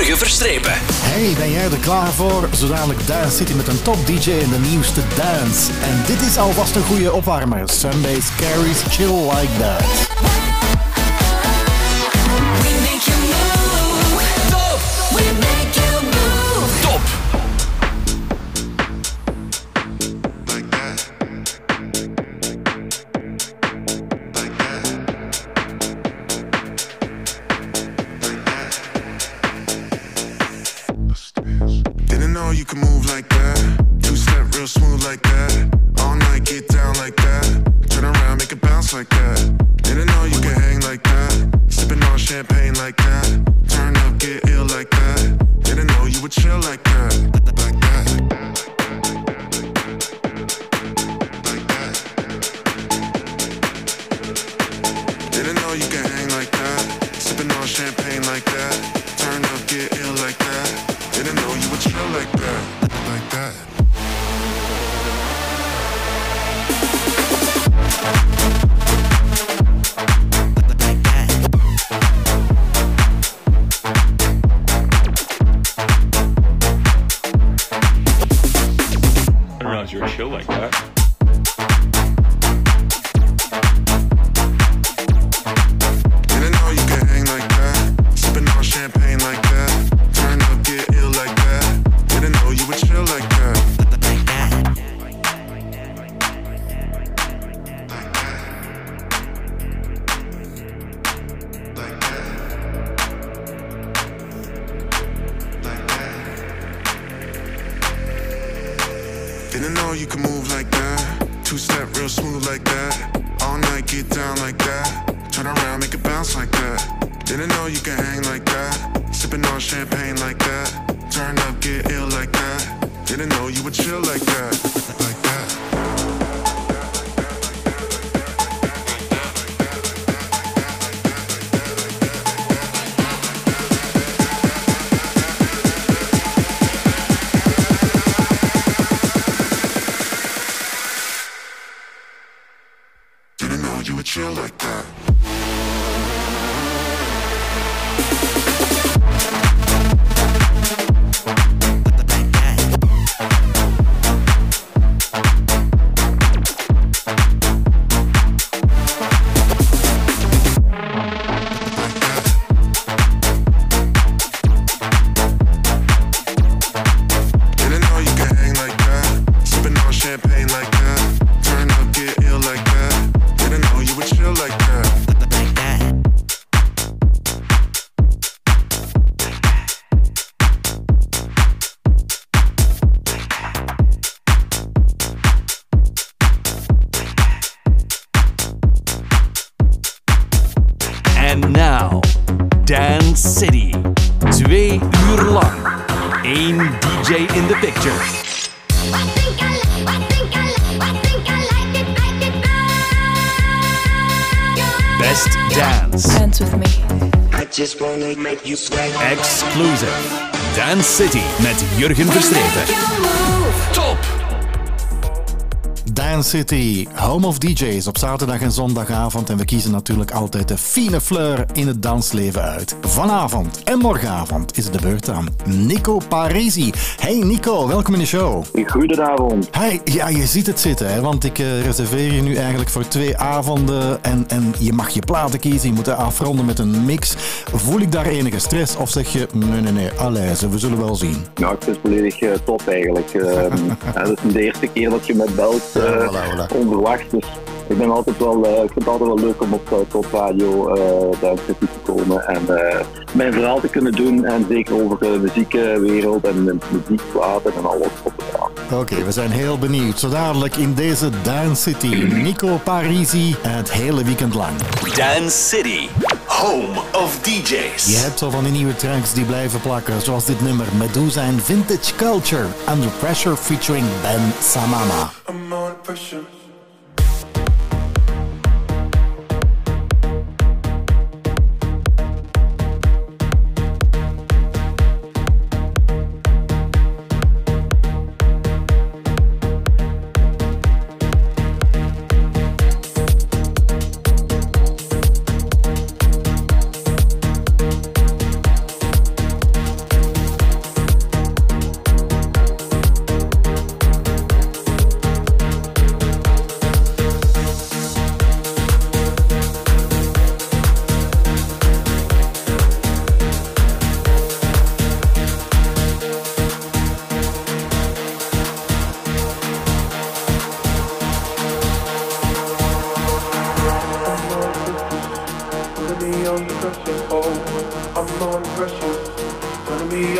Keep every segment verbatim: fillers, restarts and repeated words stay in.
Jurgen Verstrepen. Hey, ben jij er klaar voor? Zo dadelijk Dance City met een top D J en de nieuwste dance. En dit is alvast een goede opwarmer. Sundays Carries Chill Like That. And now, Dance City. Twee uur lang. Eén D J in the picture. Best dance. Dance with me. I just wanna make you sweat. Exclusive. Dance City met Jurgen Verstrepen. Top! Dance City, home of D J's op zaterdag en zondagavond. En we kiezen natuurlijk altijd de fine fleur in het dansleven uit. Vanavond en morgenavond is het de beurt aan Nico Parisi. Hey Nico, welkom in de show. Goedenavond. Hey, ja, je ziet het zitten, hè, want ik uh, reserveer je nu eigenlijk voor twee avonden. En, en je mag je platen kiezen, je moet het afronden met een mix. Voel ik daar enige stress of zeg je, nee, nee, nee, allee, we zullen wel zien? Nou, ik vind het volledig uh, top eigenlijk. Uh, het is de eerste keer dat je me belt. Uh, Ja, voilà, voilà. Onverwacht, dus ik ben altijd wel, uh, ik vind het altijd wel leuk om op uh, Top Radio uh, Dance City te komen en uh, mijn verhaal te kunnen doen en zeker over de muziekwereld en de muziekplaten en alles op te gaan. Oké, okay, we zijn heel benieuwd. Zo dadelijk in deze Dance City, Nico Parisi het hele weekend lang. Dance City, home of D J's. Je hebt zo van die nieuwe tracks die blijven plakken, zoals dit nummer Medusa en Vintage Culture, Under Pressure featuring Ben Samama. I'm under pressure.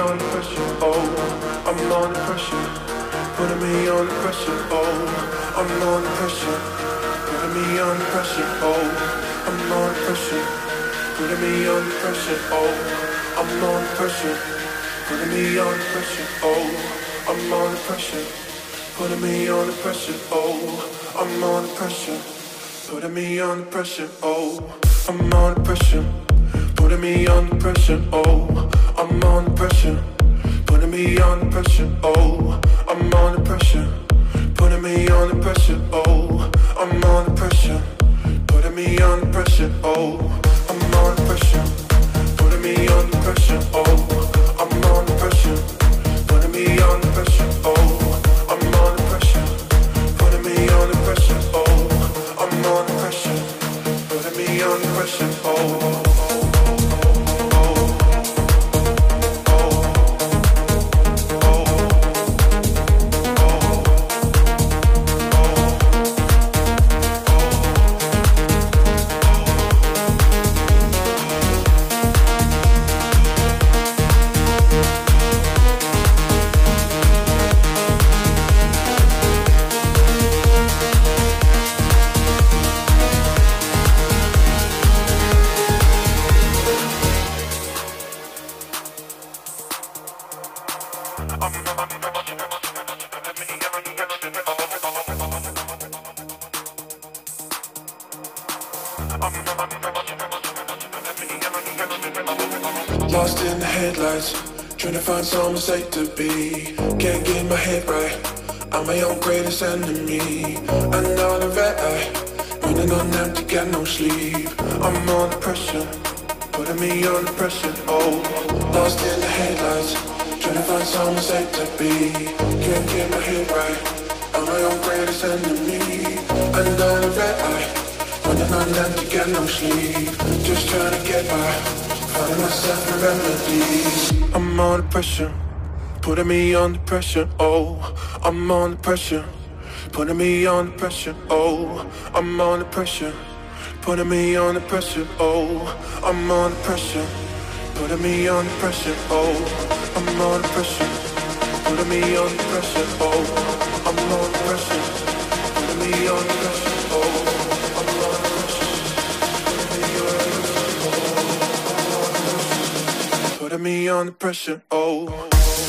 under pressure, oh, I'm under pressure. Putting me under pressure, oh, I'm under pressure. Putting me under pressure, oh, I'm under pressure. Putting me under pressure, oh, I'm under pressure. Putting me under pressure, oh, I'm under pressure. Putting me under pressure, oh, I'm under pressure. Putting me under pressure, oh, I'm under pressure. Putting me under pressure, oh, I'm under pressure. Putting me under pressure, oh, I'm under pressure. Putting me under pressure, oh, I'm under pressure. Putting me under pressure, oh, I'm under pressure. Putting me under pressure, oh, I'm under pressure. Putting me under pressure, oh, I'm under pressure. Putting me under pressure, oh, I'm under pressure. Putting me under pressure, oh. Lost in the headlights, trying to find somewhere safe to be. Can't get my head right, I'm my own greatest enemy. Another red eye, running on empty, got no sleep. I'm under pressure, putting me under pressure, oh. Lost in the headlights, trying to find somewhere safe to be. Can't get my head right, I'm my own greatest enemy. Another red eye, running on empty, got no sleep. Just trying to get by, finding myself a remedy. I'm under pressure, putting me under pressure, oh. I'm under pressure, putting me under pressure, oh. I'm under pressure, putting me under pressure, oh. I'm under pressure, putting me under pressure, oh. I'm under pressure, putting me under pressure, oh. I'm under pressure, putting me under pressure, oh. I'm under pressure, putting me under pressure, oh. Putting me under pressure, oh.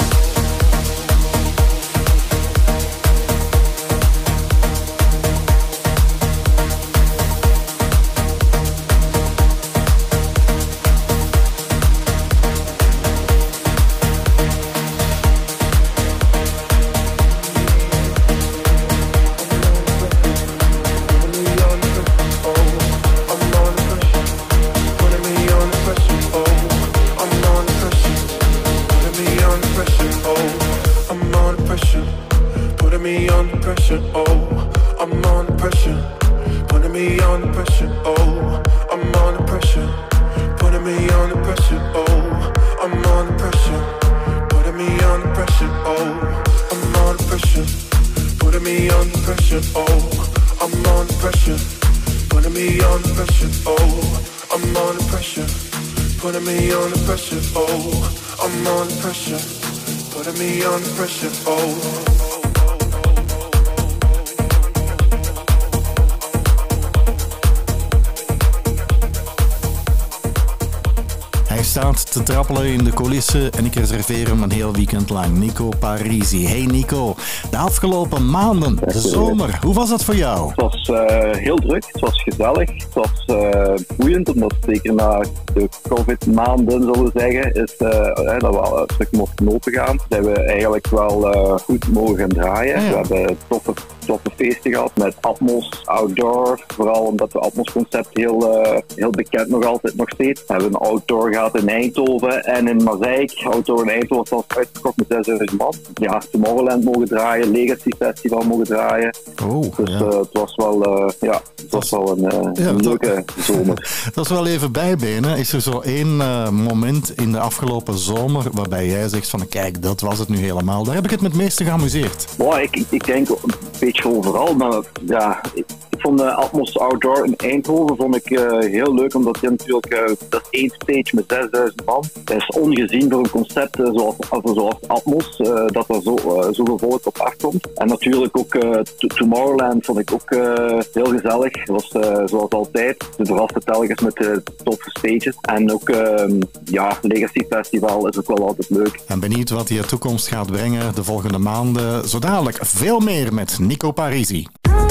Hij staat te trappelen in de coulissen en ik reserveer hem een heel weekend lang. Nico Parisi. Hey Nico, de afgelopen maanden, de zomer, hoe was dat voor jou? Het was uh, heel druk, het was gezellig, het was uh, boeiend, omdat zeker na de COVID-maanden, zullen we zeggen, is uh, uh, dat we al een stuk mochten opengaan. Zijn we eigenlijk wel uh, goed mogen gaan draaien. Ja, ja. We hebben toffe, toffe feesten gehad met Atmos, Outdoor, vooral omdat het Atmos-concept heel, uh, heel bekend nog altijd nog steeds. We hebben een Outdoor gehad in Eindhoven en in Mazeik. Outdoor in Eindhoven was uitverkocht met zesduizend man. Ja, Tomorrowland mogen draaien, Legacy Festival mogen draaien. Oh, dus ja. uh, het was wel, uh, ja, het was wel een, uh, ja, een leuke dat, zomer. Dat is wel even bijbenen. Is er zo één uh, moment in de afgelopen zomer waarbij jij zegt van kijk, dat was het nu helemaal. Daar heb ik het met het meeste geamuseerd. Wow, ik, ik denk een beetje overal, maar ja, ik, Ik vond uh, Atmos Outdoor in Eindhoven vond ik, uh, heel leuk, omdat je natuurlijk, uh, dat is één stage met zesduizend man. Dat is ongezien voor een concept uh, zoals, uh, zoals Atmos, uh, dat er zo, uh, zoveel volk op afkomt. En natuurlijk ook uh, Tomorrowland vond ik ook uh, heel gezellig. Het was uh, zoals altijd, de vaste telkens met de toffe stages. En ook, uh, ja, Legacy Festival is ook wel altijd leuk. En benieuwd wat die toekomst gaat brengen de volgende maanden. Zo dadelijk veel meer met Nico Parisi.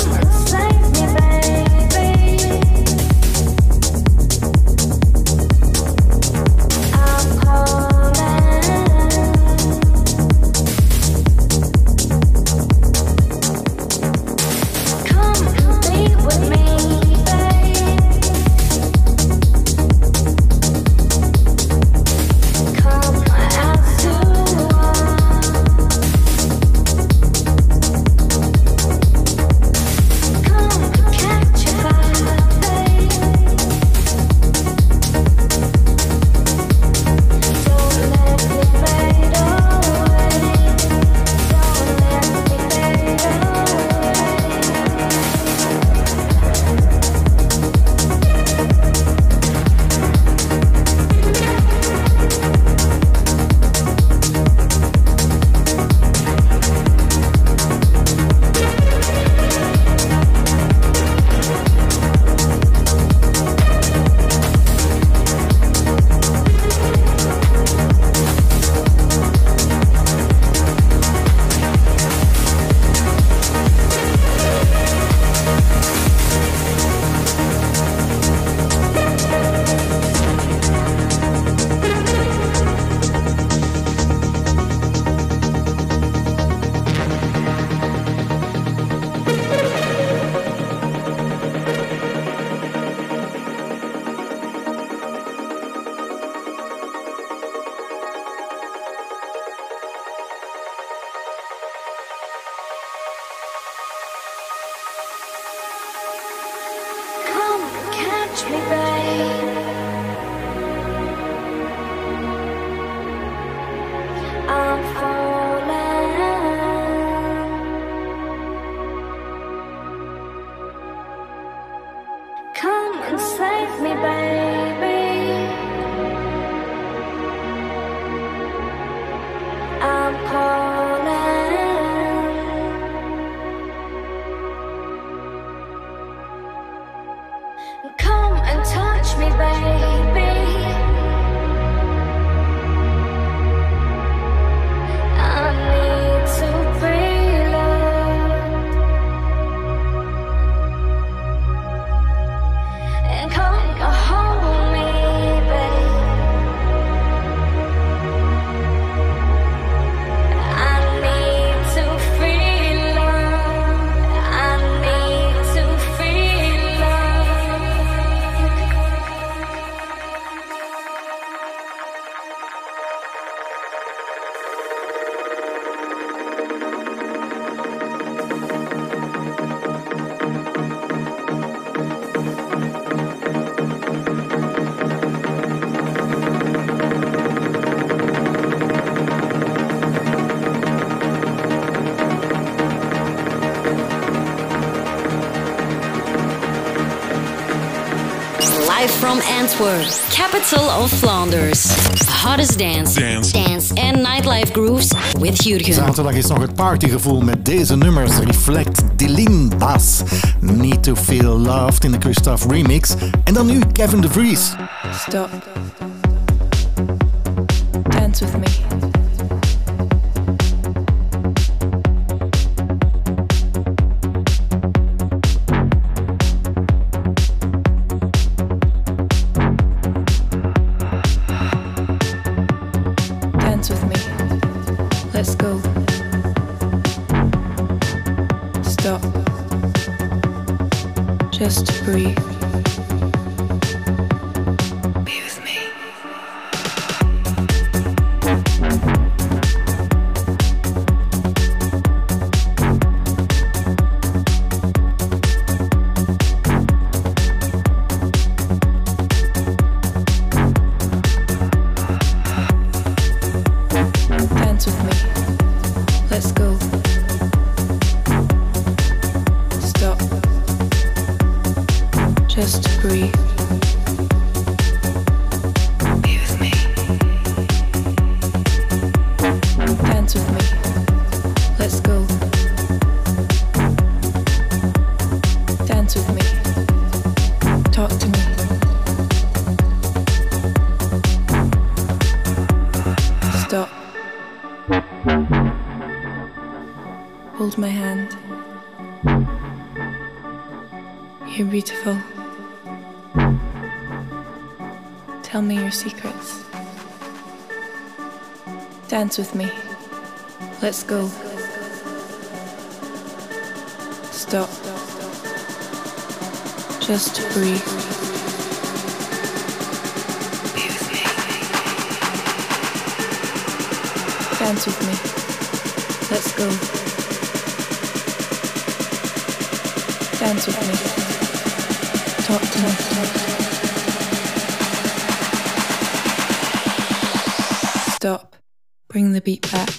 From Antwerp, capital of Flanders. Hottest dance, dance, dance and nightlife grooves with Jurgen. Zaterdag is nog het partygevoel met deze nummers. Reflect, Dylan Bass, Need to Feel Loved in de Christoph remix. En dan nu Kevin de Vries. Stop. Dance with me. Just breathe. Be with me. Dance with me. Let's go. Stop. hold my hand. You're beautiful. Tell me your secrets. Dance with me. Let's go. Stop. Just breathe. Be with me. Dance with me. Let's go. Dance with me. Talk to me. Stop. Bring the beat back.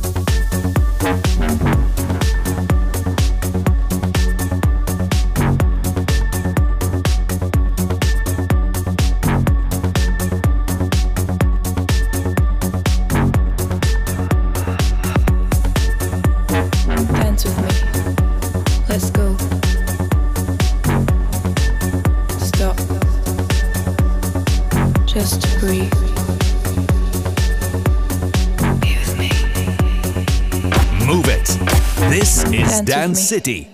Dance City.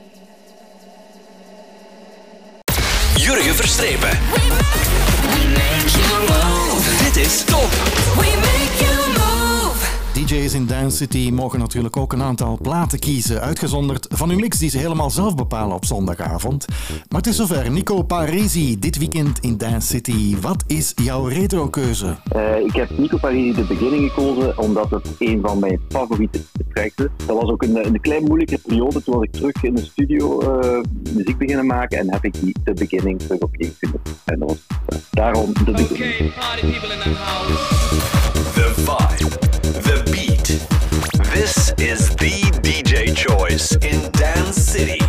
Jurgen Verstrepen. We make you move. Dit is Top. We make you move. D J's in Dance City mogen natuurlijk ook een aantal platen kiezen, uitgezonderd van hun mix die ze helemaal zelf bepalen op zondagavond. Maar het is zover. Nico Parisi, dit weekend in Dance City. Wat is jouw retro-keuze? Uh, ik heb Nico Parisi The Beginning gekozen, omdat het een van mijn favoriete tracks is. Dat was ook een, een klein moeilijke periode. Toen was ik terug in de studio uh, muziek beginnen maken en heb ik die The Beginning terug opnieuw kunnen. En dat was uh, daarom The Beginning. Okay, party people in the house. The vibe, the beat. This is the D J choice in Dance City.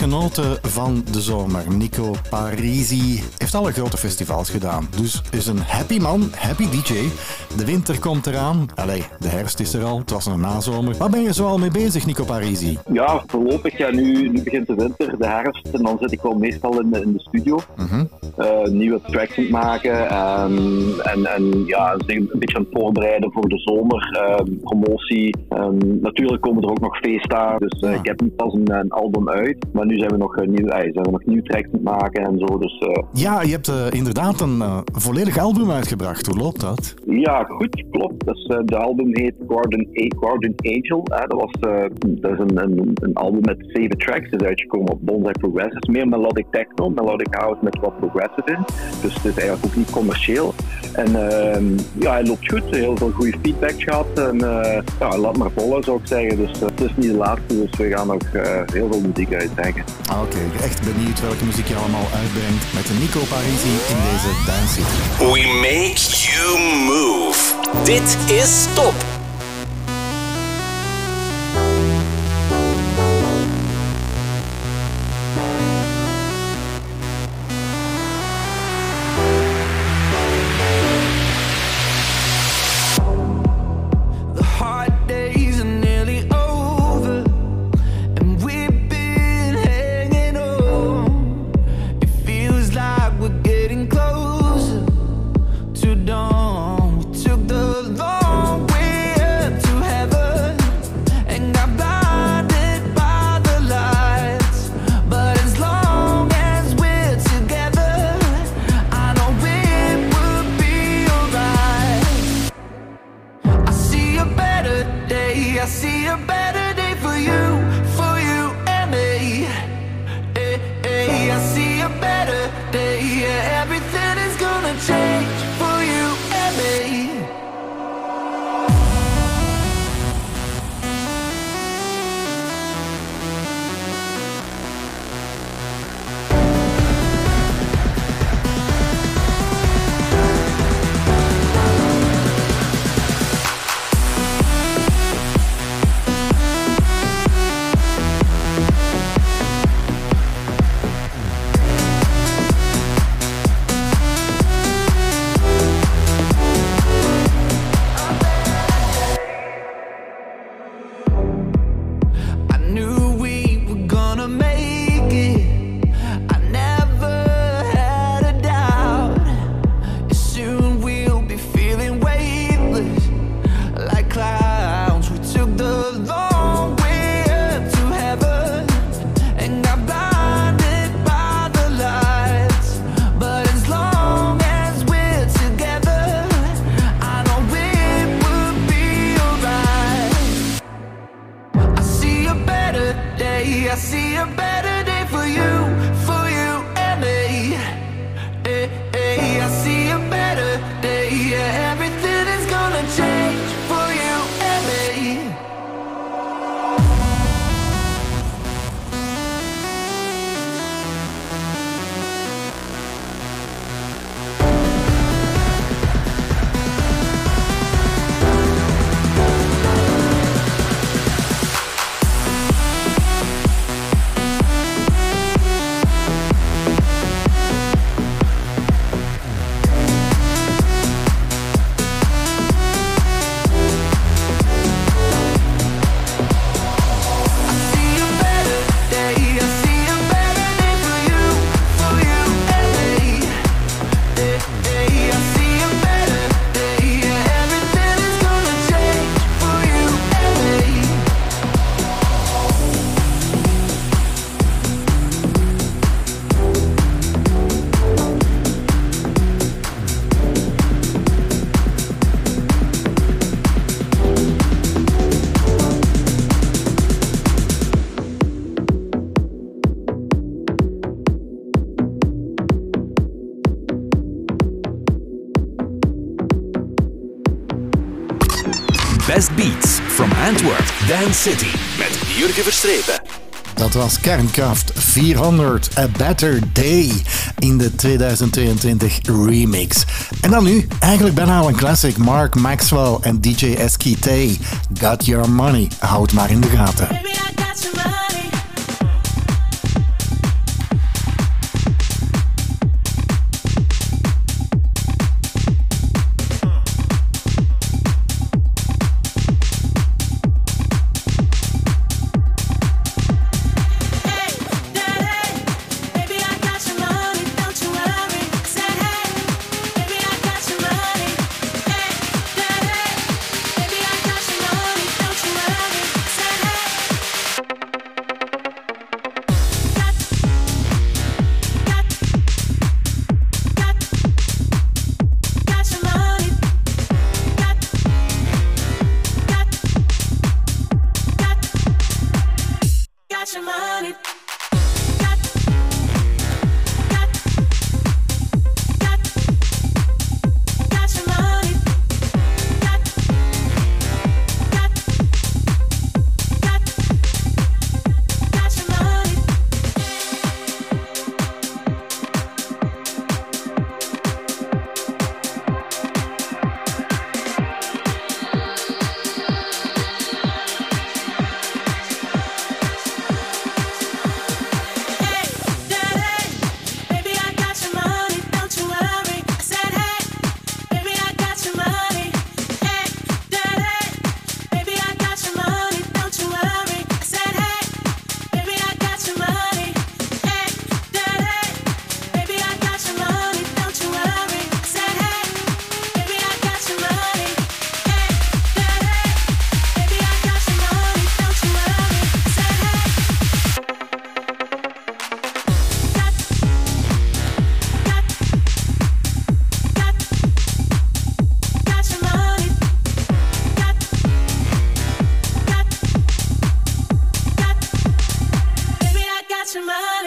genoten van de zomer. Nico Parisi heeft alle grote festivals gedaan. Dus is een happy man, happy D J. De winter komt eraan. Allee, de herfst is er al. Het was een nazomer. Waar ben je zo al mee bezig, Nico Parisi? Ja, voorlopig. Ja, nu, nu begint de winter, de herfst. En dan zit ik wel meestal in de, in de studio. Mm-hmm. Uh, nieuwe tracks aan het maken. Um, en, en ja, een beetje aan het voorbereiden voor de zomer. Um, promotie. Um, natuurlijk komen er ook nog feesten aan. Dus uh, ja. Ik heb niet pas een, een album uit. Maar nu zijn we nog, uh, nieuw, uh, zijn we nog nieuwe tracks aan het maken en zo. Dus, uh... Ja, je hebt uh, inderdaad een uh, volledig album uitgebracht. Hoe loopt dat? Ja, goed, klopt. Dus, uh, de album heet Guardian, A- Guardian Angel. Uh, dat, was, uh, dat is een, een, een album met zeven tracks. Dat is uitgekomen op Bonsai Progressive. Het is meer melodic techno, melodic house met wat progressive in. Dus het is eigenlijk ook niet commercieel. En uh, ja, hij loopt goed. Heel veel goede feedback gehad. En uh, ja, laat maar volgen, zou ik zeggen. Dus uh, het is niet de laatste. Dus we gaan nog uh, heel veel muziek uitbrengen. Ah, Oké, okay. Echt benieuwd welke muziek je allemaal uitbrengt met Nico Parisi in deze Dance City. We make you move. Dit is Stop. Best Beats from Antwerp, Dance City met Jurgen Verstrepen. Dat was Kernkraft vierhonderd, A Better Day in de tweeduizend tweeëntwintig remix. En dan nu, eigenlijk bijna al een classic, Mark Maxwell en D J S K T. Got Your Money, houd maar in de gaten. Baby, I got your money.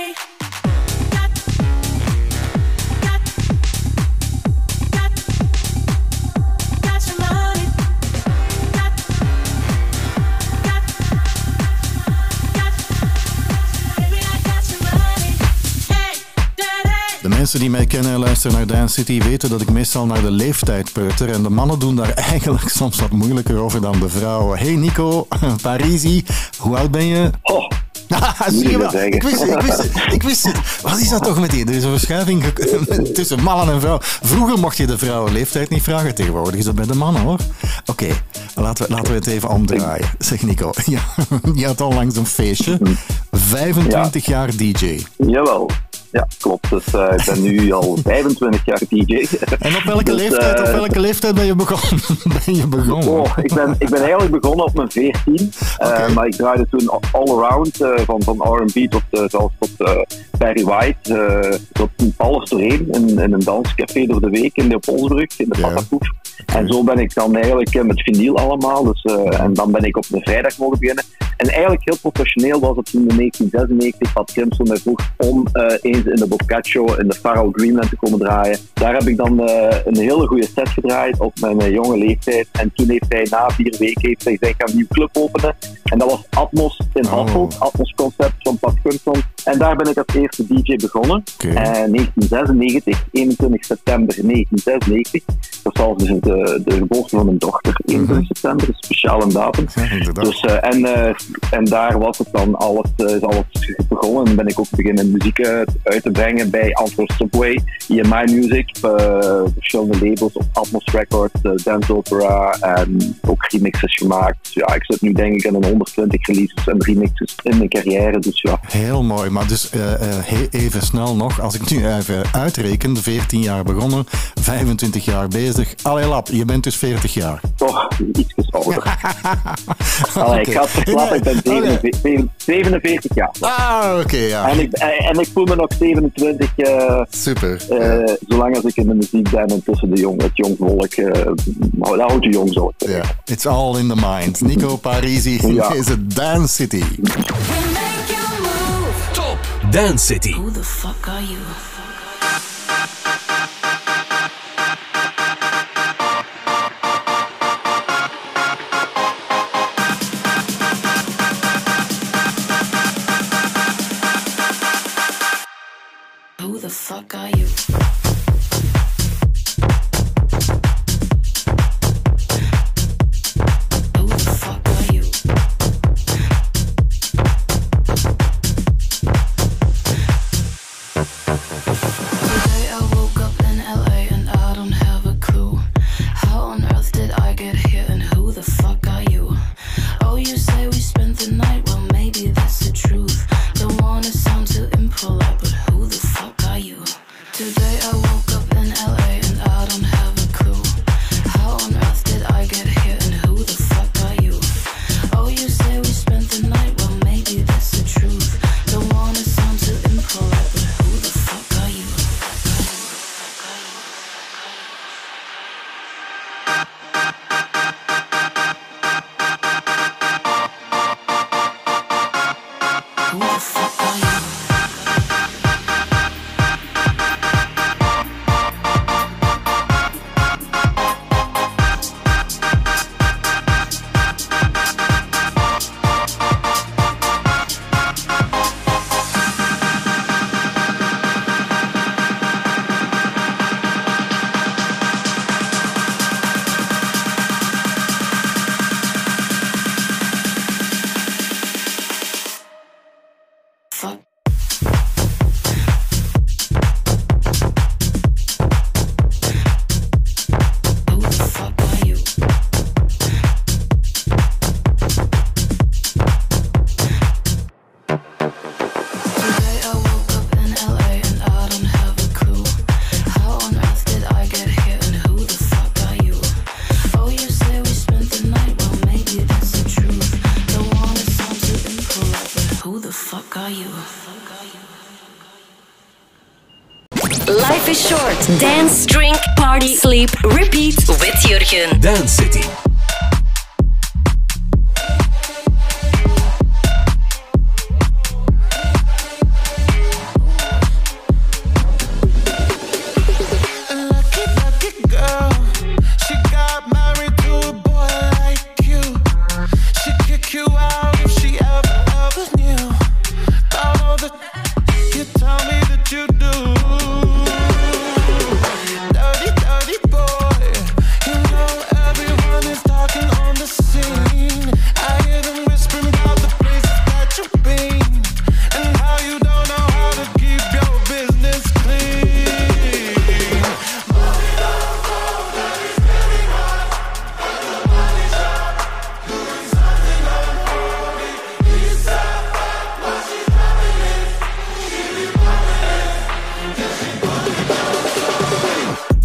Mensen die mij kennen en luisteren naar Dance City weten dat ik meestal naar de leeftijd peuter. En de mannen doen daar eigenlijk soms wat moeilijker over dan de vrouwen. Hey Nico, Parisi, hoe oud ben je? Oh. Zie je wel? Ik wist het, ik wist het, ik wist het. Wat is dat toch met die? Er is een verschuiving tussen mannen en vrouwen. Vroeger mocht je de vrouwen leeftijd niet vragen, tegenwoordig is dat bij de mannen hoor. Oké, okay, laten, we, laten we het even omdraaien. Zeg Nico, ja, je had onlangs een feestje. vijfentwintig ja. jaar D J. Jawel. Ja, klopt. Dus uh, ik ben nu al vijfentwintig jaar D J. En op welke, dus, leeftijd, uh, op welke leeftijd ben je begonnen? ben je begonnen? Oh, ik, ben, ik ben eigenlijk begonnen op mijn veertien. Okay. Uh, maar ik draaide toen all-around, uh, van, van R en B tot, uh, zelfs tot uh, Barry White. Uh, tot alles doorheen in, in een danscafé door de week in de Polsbrug, in de yeah. Patapoef. En zo ben ik dan eigenlijk uh, met vinyl allemaal. Dus, uh, en dan ben ik op een vrijdag mogen beginnen. En eigenlijk heel professioneel was het toen in negentien zesennegentig dat Crimson mij vroeg om uh, eens in de Bobcat Show in de Pharrell Dreamland te komen draaien. Daar heb ik dan uh, een hele goede set gedraaid op mijn uh, jonge leeftijd. En toen heeft hij na vier weken heeft hij gezegd, ik ga een nieuwe club openen. En dat was Atmos in Hasselt, oh. Atmos Concept van Pat Crimson. En daar ben ik als eerste D J begonnen. Okay. Uh, negentien zesennegentig, eenentwintig september negentien zesennegentig. Dat was dus de, de geboorte van mijn dochter, eenentwintig mm-hmm. september, een speciale datum. Ja, dus, uh, en, uh, en daar was het dan alles, uh, is alles begonnen. En ben ik ook beginnen muziek uh, uit te brengen bij Antwerp Subway, E M I Music, uh, verschillende labels op Atmos Records, uh, Dance Opera en ook remixes gemaakt. Ja, ik zit nu denk ik aan een honderdtwintig releases en remixes in mijn carrière. Dus ja. Heel mooi, maar dus uh, uh, even snel nog, als ik nu even uitreken, veertien jaar begonnen, vijfentwintig jaar bezig. Allee lap, je bent dus veertig jaar. Toch, iets ouder. Allee, okay. Ik ga het verklappen, ik ben zevenenveertig, zevenenveertig jaar. Ah, oké, okay, ja. En ik, en ik voel me nog zevenentwintig. Uh, Super. Uh, ja. Zolang als ik in de muziek ben en tussen de jong, het jong volk, uh, nou, dat houdt je jong zo. Ja, yeah. It's all in the mind. Nico Parisi in ja. deze Dance City. Top Dance City. Who the fuck are you? Who the fuck are you? Who the fuck are you? Today I woke up in L A and I don't have a clue. How on earth did I get here and who the fuck are you? Oh, you say we spent the night, well maybe that's the truth. Don't wanna sound too impolite, but who the fuck are you? Today I woke up in L A and I don't have a clue. How on earth did I get here and who the fuck are you? Oh, you say we spent the night, well maybe that's the truth. Don't wanna sound too impolite, but who the fuck are you? Who the fuck are you? Fuck. Who the fuck are you? Today I woke up in L A and I don't have a clue. How on earth did I get here and who the fuck are you? Oh, you say we spent the night, well maybe that's the truth. Don't wanna sound too impolite, but who the fuck are you? Life is short. Dance, drink, party, sleep, repeat with Jurgen. Dance City. you do. Dirty, dirty boy. You know everyone is talking on the scene. I hear them whispering about the places that you've been and how you don't know how to keep your business clean. Body down, flow, dirty's getting hot. At the body shop, doing something unholy. East side, what she's loving it. She be loving it. Yeah, she put it down slowly.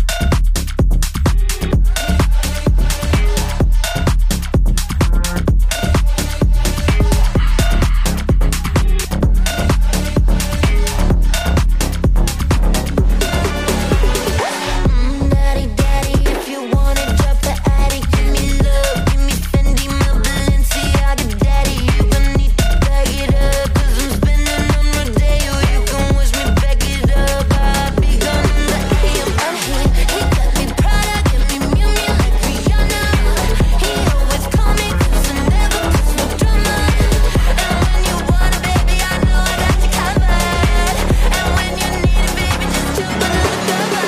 Mm, daddy, daddy, if you wanna drop the attic, give me love, give me Fendi, my Balenciaga, daddy. You gon' need to bag it up, 'cause I'm spending on Rodeo. You can wish me back it up. I'll be gone in the A M. I'm here, he got me Prada, give me Miu Miu like Rihanna. He always call me 'cause I never cause no drama. And when you want it, baby, I know I got you covered. And when you need it, baby, just jump under the cover.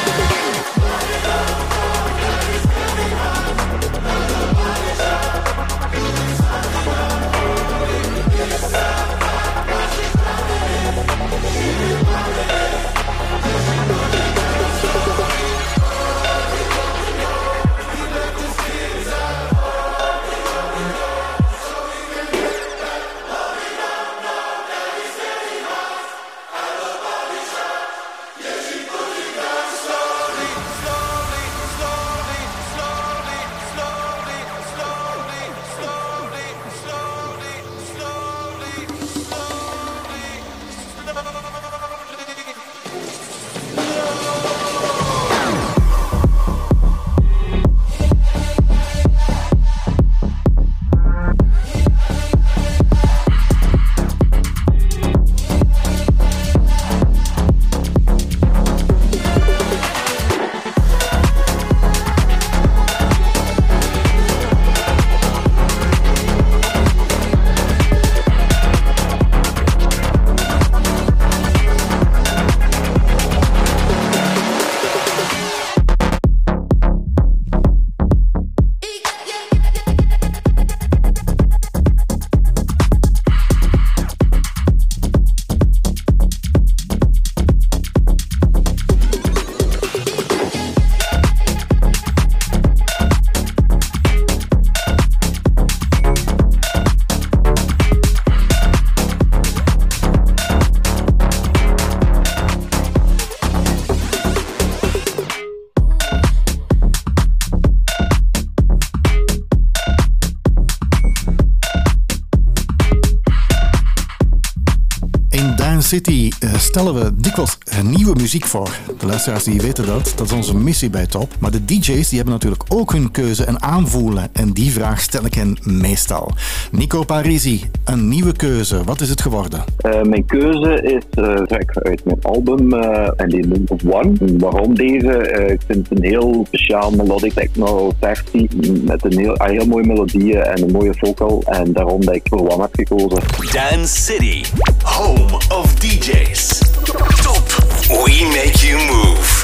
City uh, stellen we dikwijls nieuwe muziek voor. De luisteraars die weten dat, dat is onze missie bij Top. Maar de D J's die hebben natuurlijk ook hun keuze en aanvoelen. En die vraag stel ik hen meestal. Nico Parisi, een nieuwe keuze. Wat is het geworden? Uh, mijn keuze is uh, trek uit mijn album uh, en die noemt One. Waarom deze? Uh, ik vind het een heel speciaal melodic techno versie met een heel, uh, heel mooie melodieën en een mooie vocal. En daarom dat ik voor One heb gekozen. Dance City, home of D J's. Top, we make you move.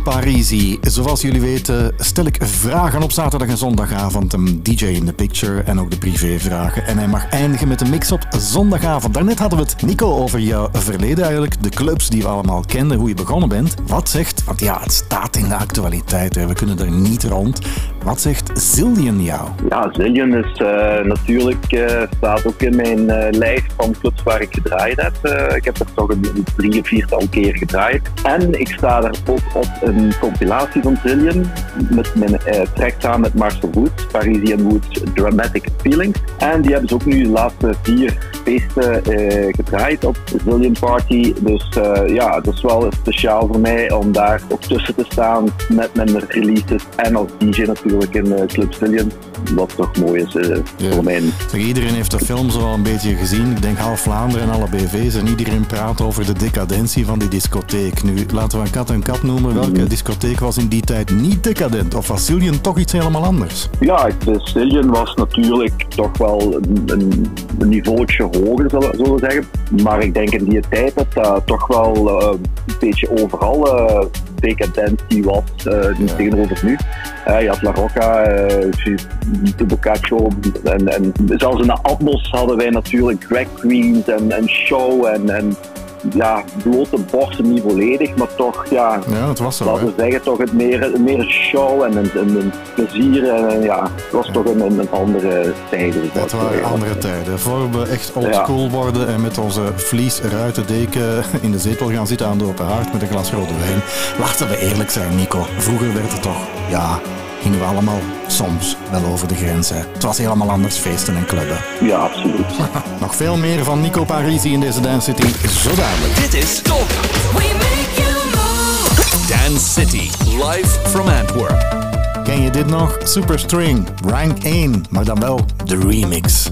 Parisi. Zoals jullie weten stel ik vragen op zaterdag en zondagavond. Een D J in the picture en ook de privévragen. En hij mag eindigen met een mix op zondagavond. Daarnet hadden we het, Nico, over jouw verleden eigenlijk. De clubs die we allemaal kenden, hoe je begonnen bent. Wat zegt, want ja, het staat in de actualiteit, hè. We kunnen er niet rond. Wat zegt Zillion jou? Ja, Zillion is uh, natuurlijk, uh, staat ook in mijn uh, lijst van clubs waar ik gedraaid heb. Uh, ik heb er toch een, een drie of viertal keer gedraaid. En ik sta er ook op een compilatie van Zillion met mijn uh, track samen met Marcel Woods, Parisian Woods Dramatic Feelings. En die hebben ze ook nu de laatste vier feesten uh, gedraaid op de Zillion Party. Dus uh, ja, het is wel speciaal voor mij om daar ook tussen te staan met mijn releases en als D J natuurlijk in uh, Club Zillion. Wat toch mooi is uh, ja. voor mij. Zeg, iedereen heeft de film zo wel een beetje gezien. Ik denk half Vlaanderen en alle B V's. En iedereen praat over de decadentie van die discotheek. Nu, laten we een kat en kat noemen. Welke mm. discotheek was in die tijd niet decadent? Of was Zillion toch iets helemaal anders? Ja, de Zillion was natuurlijk toch wel een, een, een niveautje hoger, zullen we zeggen. Maar ik denk in die tijd dat dat toch wel uh, een beetje overal uh, decadentie was uh, ja. tegenover nu. Uh, je had La Rocca, uh, de Boccaccio en, en zelfs in de Atmos hadden wij natuurlijk drag queens en, en show en, en ja, blote borsten niet volledig, maar toch, ja, ja het was zo, laten we zeggen, toch het meer, meer een show en een, een, een plezier en, en ja, het was ja. toch een, een andere tijd. Dat waren ja. andere tijden. Voor we echt oldschool ja. worden en met onze vlies ruitendeken in de zetel gaan zitten aan de open haard met een glas rode wijn. Laten we eerlijk zijn, Nico. Vroeger werd het toch, ja, gingen we allemaal soms wel over de grens. Hè. Het was helemaal anders, feesten en clubben. Ja, absoluut. Nog veel meer van Nico Parisi in deze Dance City, zo dadelijk. Dit is Top. We make you move. Dance City, live from Antwerp. Ken je dit nog? Superstring, rank één, maar dan wel de remix.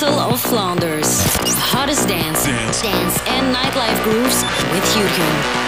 capital of Flanders. The hottest dance, dance, dance and nightlife grooves with Jurgen.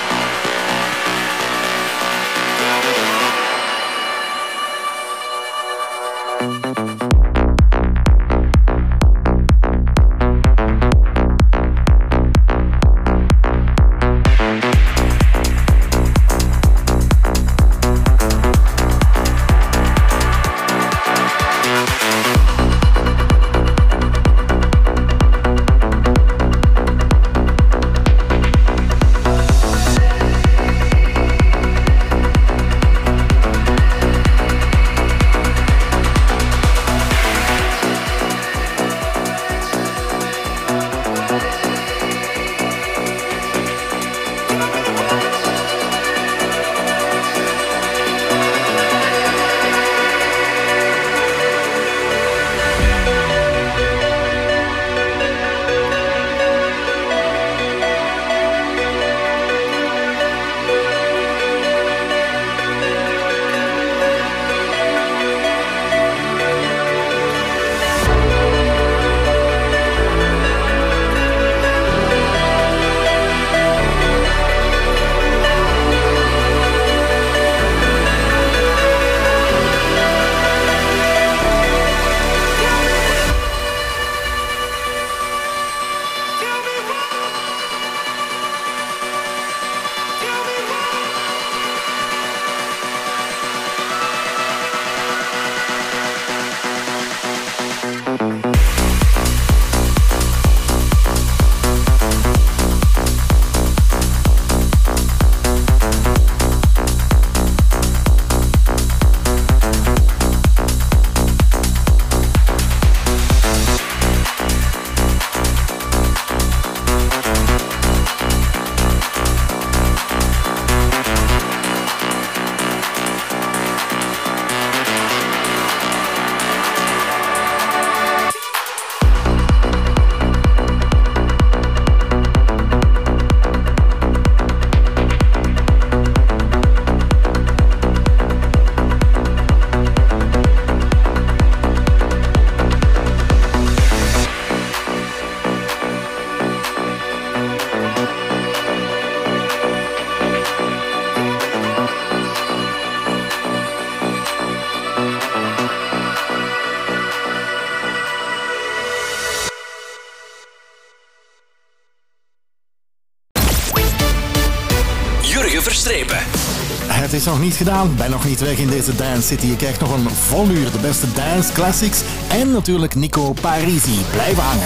Verstrepen. Het is nog niet gedaan. Ben nog niet weg in deze Dance City. Je krijgt nog een vol uur de beste dance classics en natuurlijk Nico Parisi. Blijf hangen.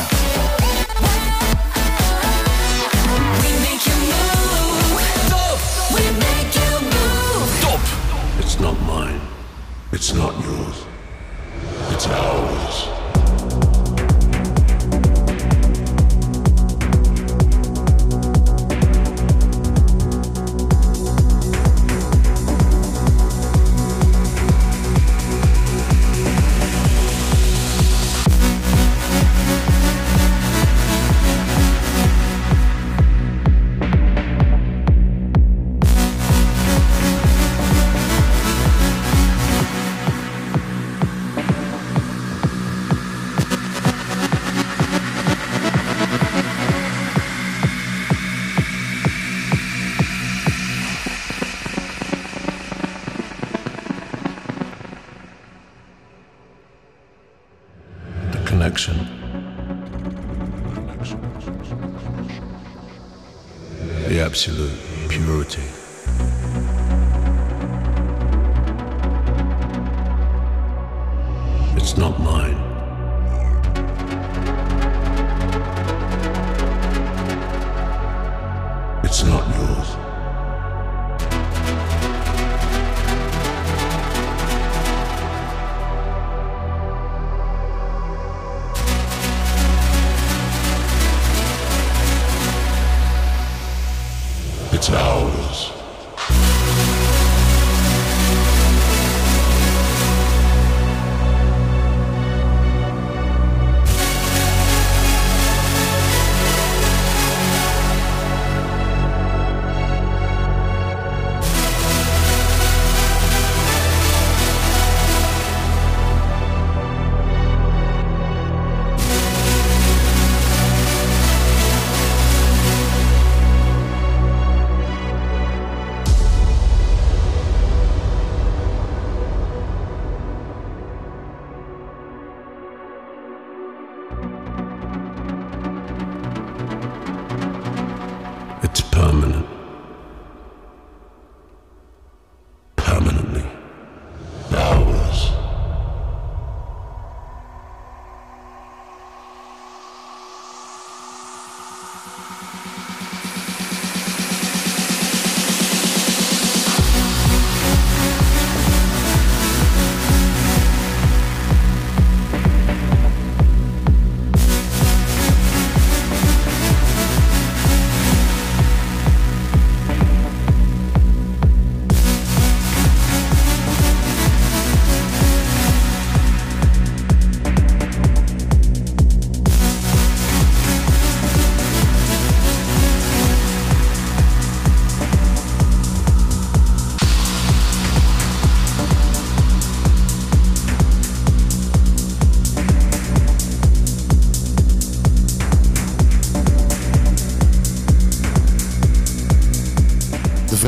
Top. It's not mine. It's not yours. It's ours. Connection. The absolute purity. It's not mine. It's not yours. It's ours.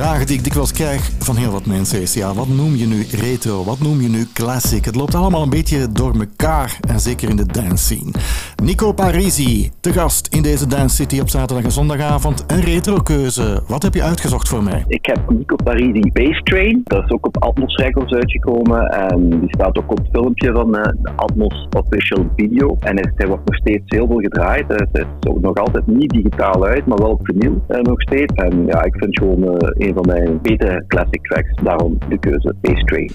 vraag die ik dikwijls krijg van heel wat mensen is, ja, wat noem je nu retro, wat noem je nu classic? Het loopt allemaal een beetje door elkaar en zeker in de dance scene. Nico Parisi, te gast in deze Dance City op zaterdag en zondagavond. Een retro-keuze. Wat heb je uitgezocht voor mij? Ik heb Nico Parisi Bass Train. Dat is ook op Atmos Records uitgekomen en die staat ook op het filmpje van uh, de Atmos Official Video. En hij, hij wordt nog steeds heel veel gedraaid. Het is nog altijd niet digitaal uit, maar wel op vinyl uh, nog steeds. En ja, ik vind gewoon uh, een van mijn betere classic tracks. Daarom de keuze Bass Train.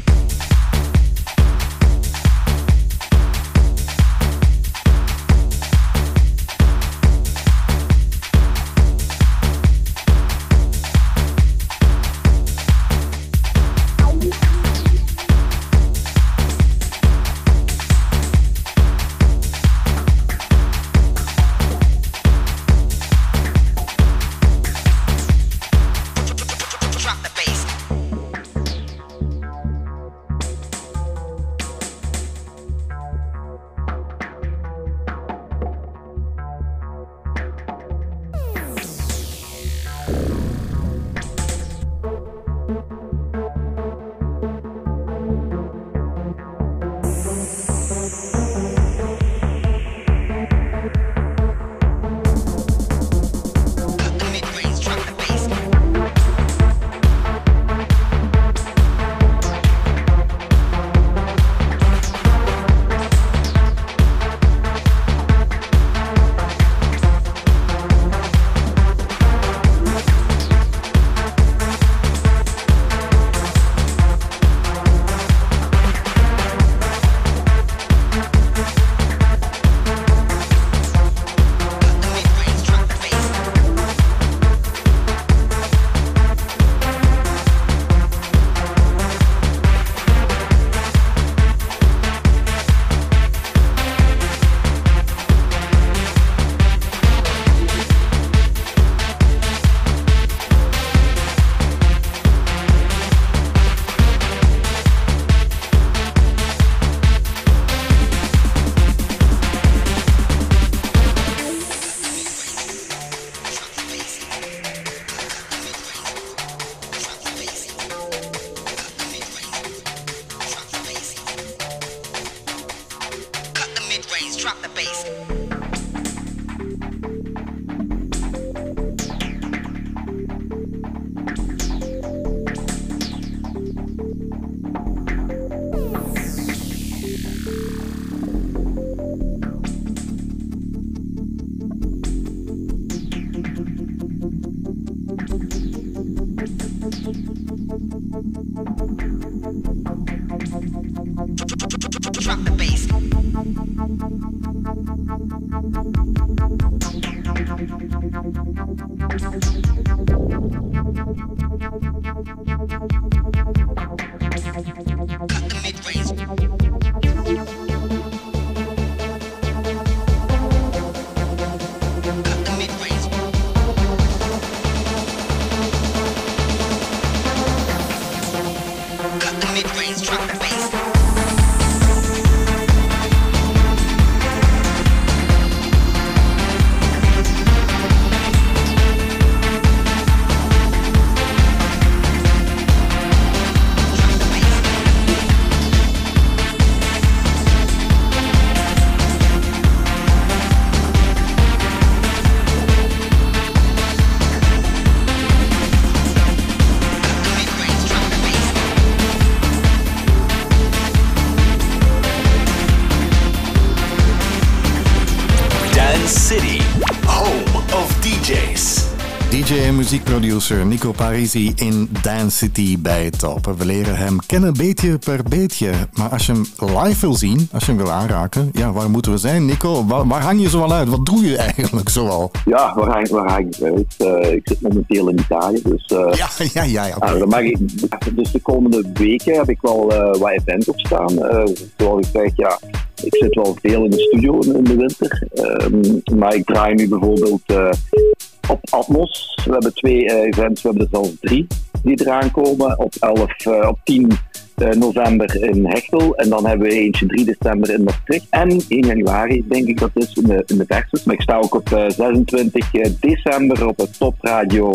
D J en muziekproducer Nico Parisi in Dance City bij Top. We leren hem kennen beetje per beetje. Maar als je hem live wil zien, als je hem wil aanraken, ja, waar moeten we zijn, Nico? Waar, waar hang je zoal uit? Wat doe je eigenlijk zoal? Ja, waar hang, waar hang ik uit? Uh, ik zit momenteel in Italië, dus... Uh, ja, ja, ja. ja okay. uh, dan mag ik, dus de komende weken heb ik wel uh, wat events op staan. Uh, zoals ik zeg, ja... Ik zit wel veel in de studio in de winter, um, maar ik draai nu bijvoorbeeld uh, op Atmos. We hebben twee uh, events, we hebben er zelfs drie die eraan komen. Op, elf, uh, op tien uh, november in Hechtel en dan hebben we eentje drie december in Maastricht. En één januari denk ik dat is in de, in de Versus. Maar ik sta ook op uh, zesentwintig december op het Top Radio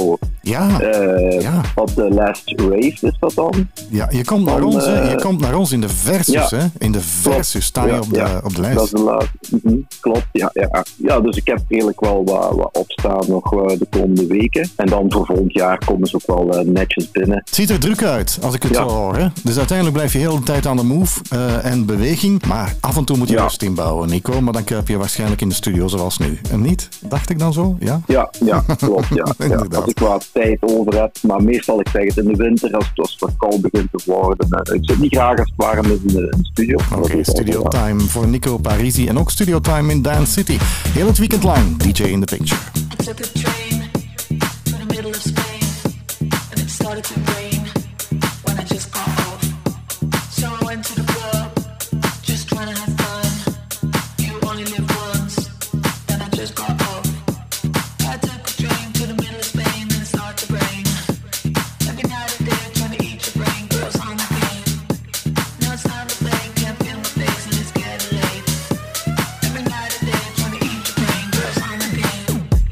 Ja. Uh, ja. Op de Last Rave is dat dan. Ja, je komt naar, van, ons, uh, hè? Je komt naar ons in de Versus, ja. hè? In de Versus sta je ja, op, de, ja. op de lijst. Dat is de laatste. Mm-hmm. Klopt, ja, ja. Ja, dus ik heb redelijk wel wat, wat opstaan nog uh, de komende weken. En dan voor volgend jaar komen ze ook wel uh, netjes binnen. Het ziet er druk uit, als ik het ja. zo hoor. Hè? Dus uiteindelijk blijf je heel de tijd aan de move uh, en beweging. Maar af en toe moet je ja. rust inbouwen, Nico. Maar dan kruip je waarschijnlijk in de studio zoals nu. En niet? Dacht ik dan zo? Ja, ja, ja klopt. Ja. ja. Als ik wat tijd over heb. Maar meestal, ik zeg het, in de winter, als het, als het wat koud begint te worden. Uh, ik zit niet graag als het warm is in de, in de studio. Oké, okay, studio time voor Nico Parisi. En ook studio time in Dance City. Heel het weekend lang, D J in the Picture. I took a train to the middle of Spain. And it started to rain when I just got off. So I went to the club, just trying to have fun. You only live once, then I just got off. I took a train to the middle of Spain and it started to rain. Every night and day trying to eat your brain, girls on the game. Now it's time to play, can't feel my face and it's getting late. Every night and day trying to eat your brain, girls on the game.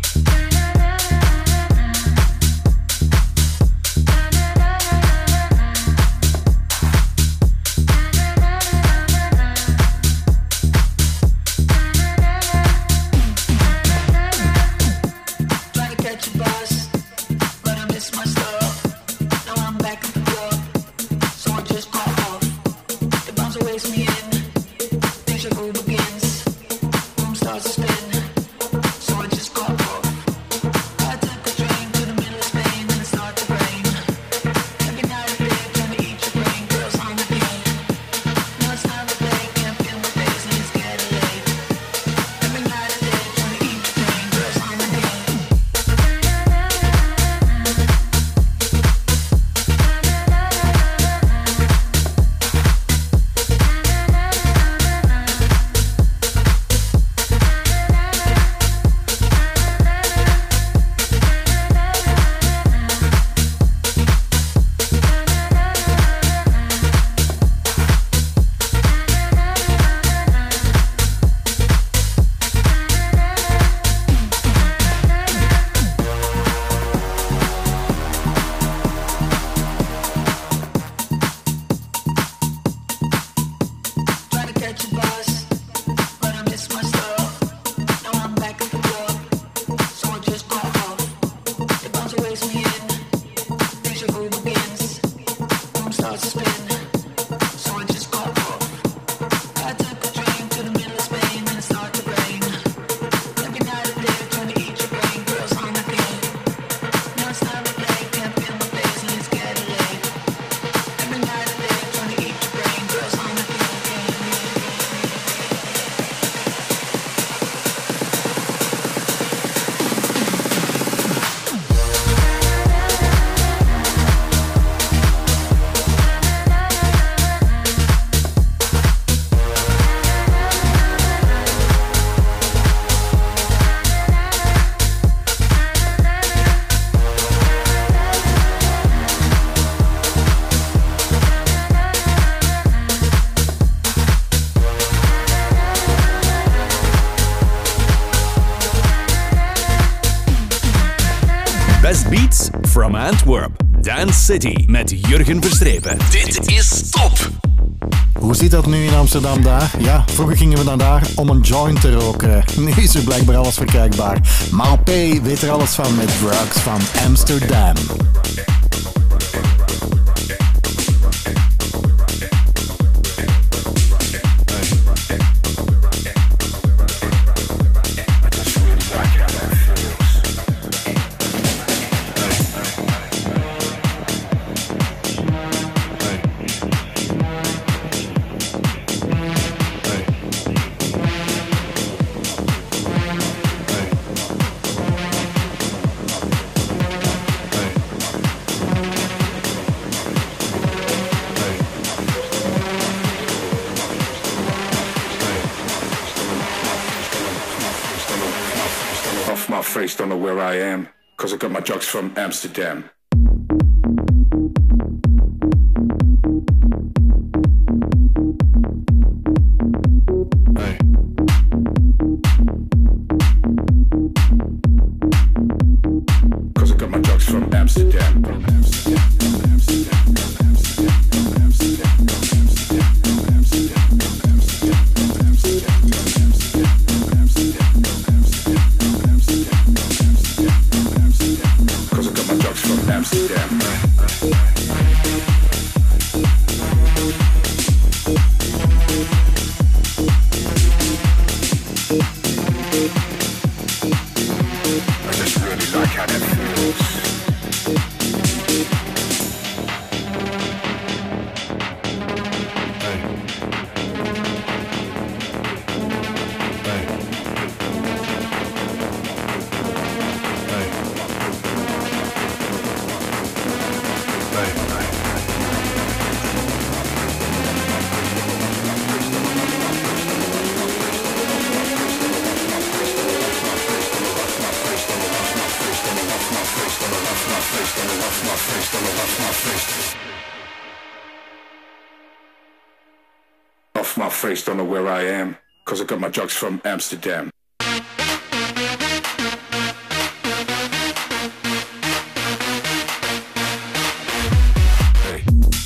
Best Beats from Antwerp. Dance City met Jurgen Verstrepen. Dit is top! Hoe zit dat nu in Amsterdam daar? Ja, vroeger gingen we naar daar om een joint te roken. Nu is er blijkbaar alles verkrijgbaar. Malpé weet er alles van met drugs van Amsterdam. Don't know where I am, cause I got my drugs from Amsterdam. Hey. Cause I got my drugs from Amsterdam. Amsterdam, from Amsterdam, from Amsterdam, from Amsterdam, from Amsterdam, from Amsterdam, from Amsterdam, from Amsterdam, from Amsterdam, from Amsterdam, from Amsterdam, from Amsterdam, from Amsterdam, from Amsterdam, from Amsterdam. 'Cause I got my drugs from Amsterdam. I just really like how that feels. Hey. Hey. Hey. Hey. Off my face, don't know where I am, 'cause I got my drugs from Amsterdam. Hey.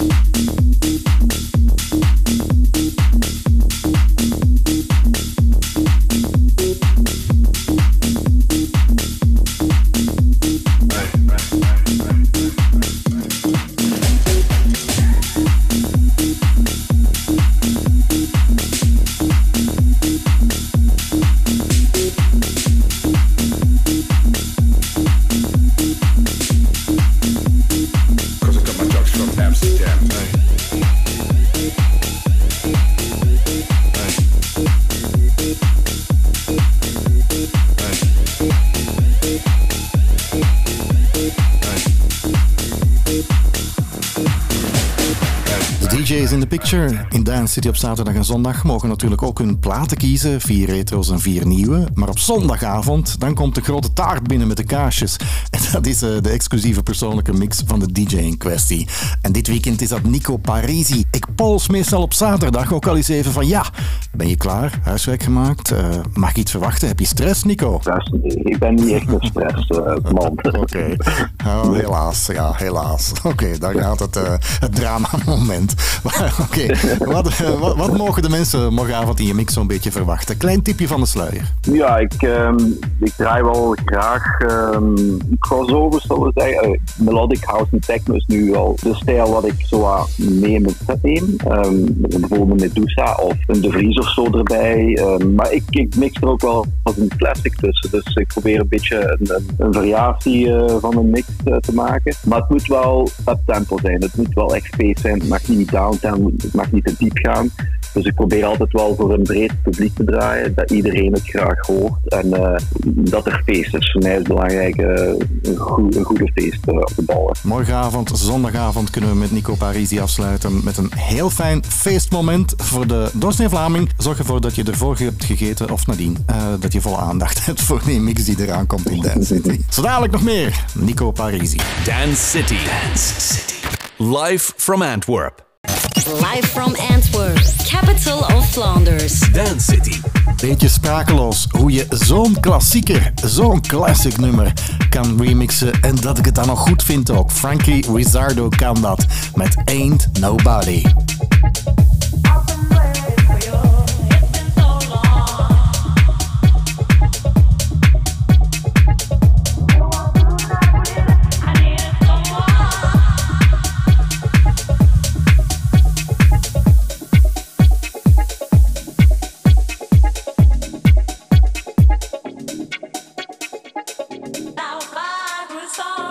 D J's in the picture in Dance City op zaterdag en zondag mogen natuurlijk ook hun platen kiezen. Vier retro's en vier nieuwe. Maar op zondagavond dan komt de grote taart binnen met de kaasjes. En dat is uh, de exclusieve persoonlijke mix van de D J in kwestie. En dit weekend is dat Nico Parisi. Ik pols meestal op zaterdag ook al eens even van ja, ben je klaar? Huiswerk gemaakt? Uh, mag ik iets verwachten? Heb je stress, Nico? Stress? Ik ben niet echt met stress, uh, man. Oké, okay. oh, helaas. Ja, helaas. Oké, okay, dan gaat het, uh, het drama-moment. Oké, okay. wat, uh, wat, wat mogen de mensen morgenavond in je mix zo'n beetje verwachten? Klein tipje van de sluier. Ja, ik, um, ik draai wel graag um, crossovers, zullen we zeggen. Uh, melodic house en techno is nu wel de stijl wat ik zo mee in mijn set neem. Um, bijvoorbeeld een Medusa of een De Vries of zo erbij. Um, maar ik, ik mix er ook wel als een classic tussen. Dus ik probeer een beetje een, een, een variatie uh, van een mix uh, te maken. Maar het moet wel up-tempo zijn. Het moet wel echt feest zijn. Het mag niet downtown, het mag niet te diep gaan. Dus ik probeer altijd wel voor een breed publiek te draaien, dat iedereen het graag hoort en uh, dat er feest is. Voor mij is het belangrijk uh, een, goe- een goede feest uh, op de ballen. Morgenavond, zondagavond kunnen we met Nico Parisi afsluiten met een heel fijn feestmoment voor de doorsnee Vlaming. Zorg ervoor dat je ervoor hebt gegeten of nadien uh, dat je volle aandacht hebt voor die mix die eraan komt in Dance City. Zo dadelijk nog meer, Nico Parisi. Dance City. Dance City. Live from Antwerp. Live from Antwerp, capital of Flanders. Dance City. Beetje sprakeloos hoe je zo'n klassieker, zo'n classic nummer kan remixen en dat ik het dan nog goed vind ook. Frankie Rizzardo kan dat met Ain't Nobody.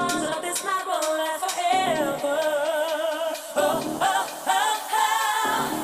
This night will last forever. Oh, oh, oh, oh.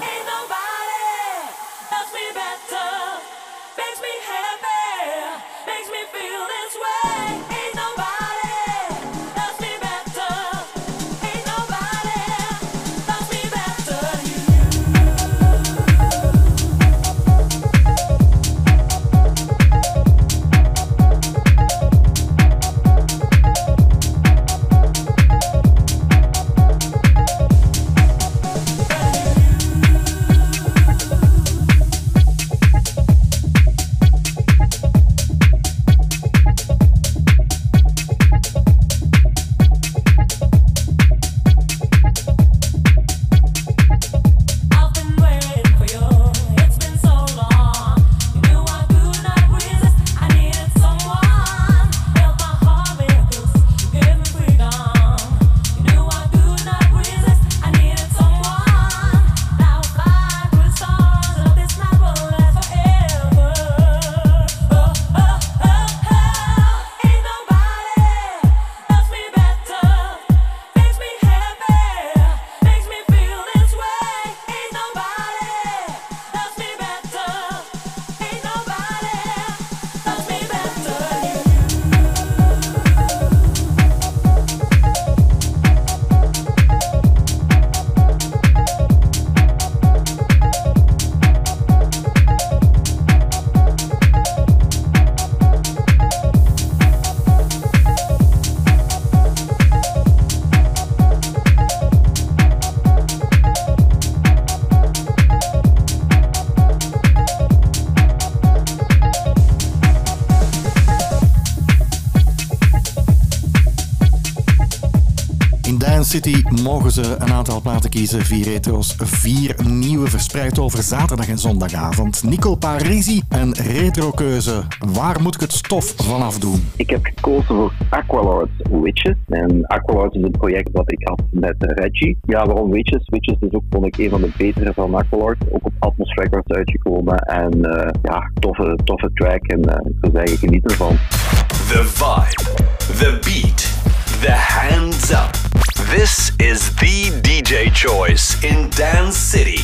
City mogen ze een aantal platen kiezen. Vier retro's, vier nieuwe verspreid over zaterdag en zondagavond. Nico Parisi, een retrokeuze. Waar moet ik het stof vanaf doen? Ik heb gekozen voor Aqualords Witches. En Aqualords is een project dat ik had met Reggie. Ja, waarom Witches? Witches is ook, vond ik, een van de betere van Aqualords. Ook op Atmos Records uitgekomen. En uh, ja, toffe, toffe track. En uh, ik zou zeggen, geniet ervan. The vibe, the beat, the hands up. This is the D J choice in Dance City.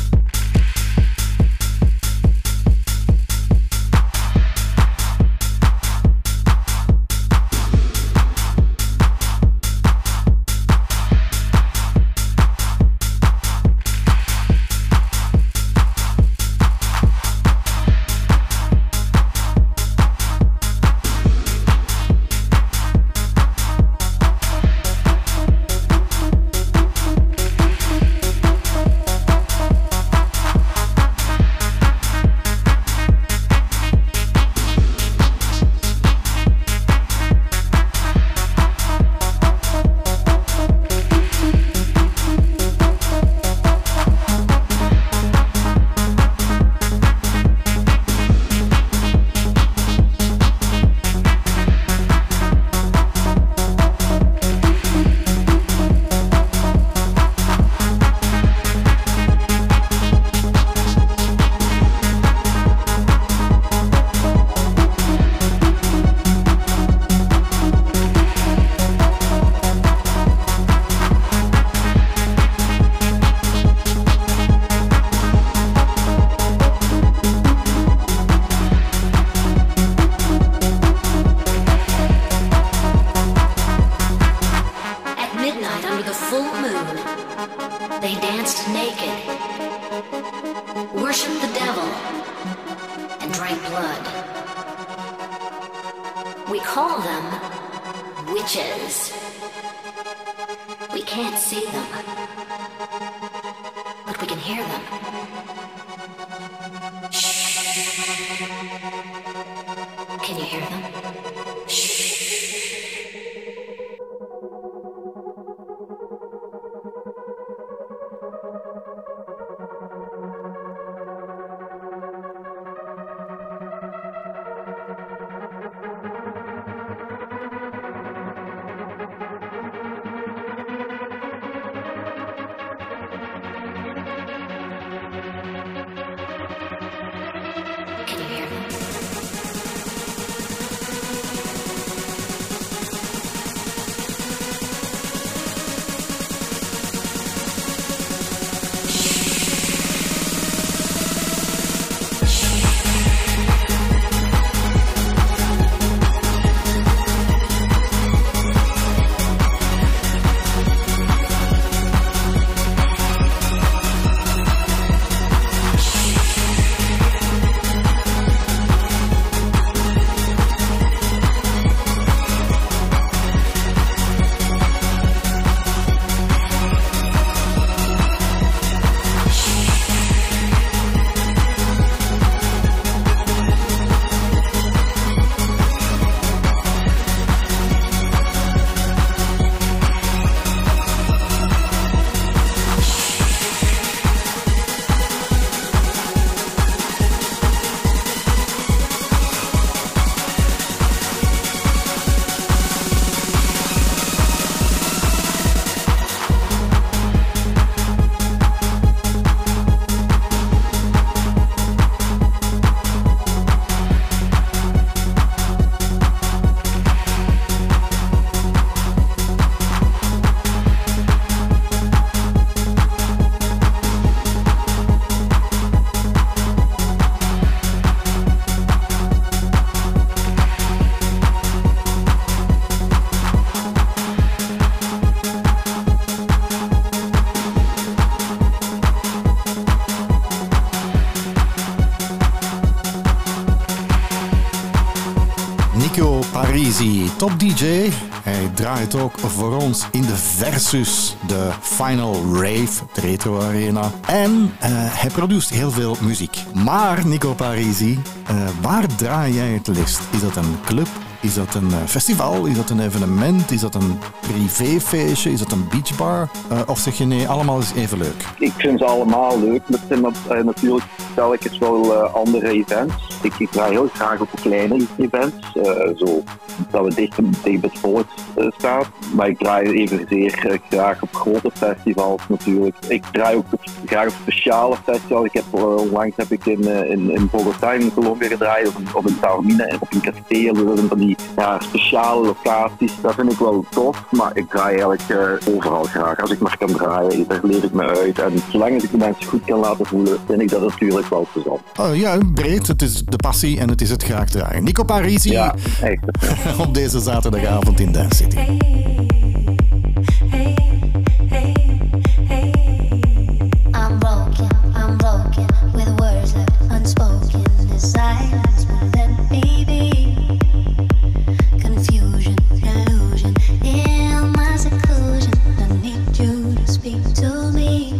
Nico Parisi, top D J. Hij draait ook voor ons in de Versus, de Final Rave, de Retro Arena. En uh, hij produceert heel veel muziek. Maar Nico Parisi, uh, waar draai jij het liefst? Is dat een club Is dat een festival? Is dat een evenement? Is dat een privéfeestje? Is dat een beachbar? Uh, of zeg je nee, allemaal is even leuk? Ik vind ze allemaal leuk. Het zijn uh, natuurlijk telkens wel uh, andere events. Ik, ik draai heel graag op kleine events. Uh, zo dat we dicht, dicht bij het volk uh, staan. Maar ik draai evenzeer uh, graag op grote festivals natuurlijk. Ik draai ook op, graag op speciale festivals. Ik heb, uh, onlangs heb ik in, uh, in, in Bogota in Colombia gedraaid. Op een, op een Taormina, op een kasteel. Dat zijn van die ja, speciale locaties. Dat vind ik wel tof. Maar ik draai eigenlijk uh, overal graag. Als ik maar kan draaien, daar leef ik me uit. En zolang ik de mensen goed kan laten voelen, vind ik dat natuurlijk wel plezant. Oh, ja, breed. Het is de passie en het is het graag draaien. Nico Parisi. Ja, echt. Op deze zaterdagavond in Dance City. I'm broken, I'm broken with words left unspoken. The silence won't let me be. Confusion, illusion, in my seclusion. I need you to speak to me.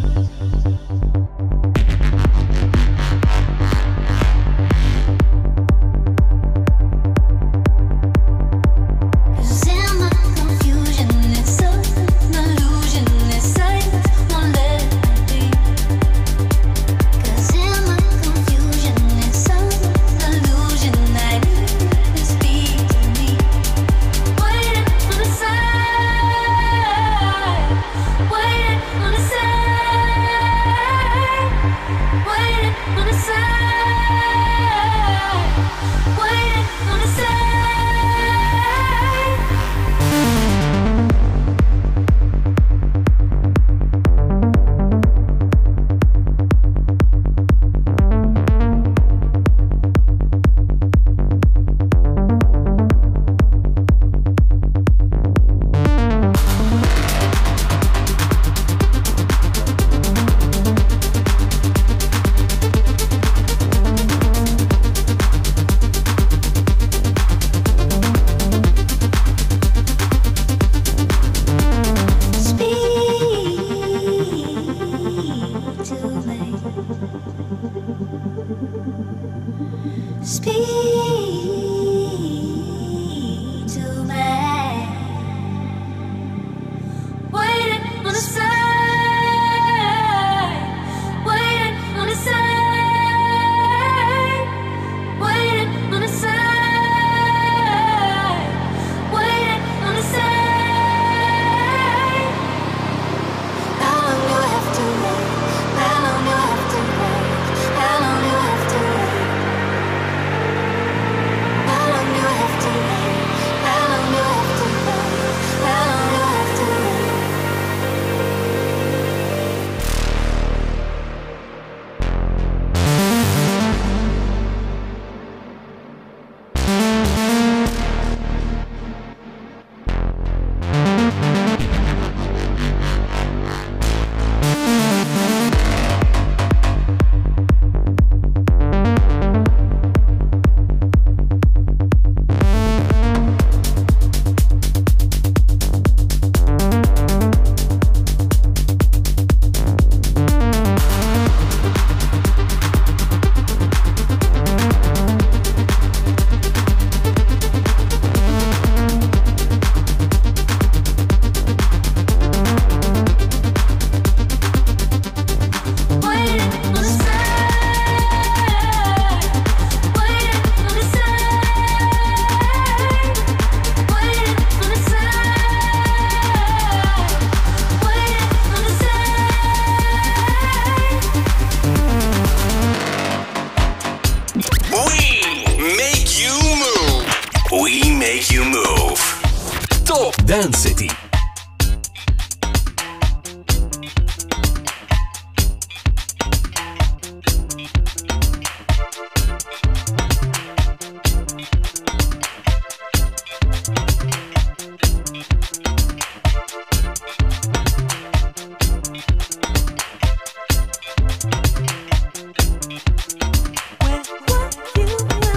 Dance City.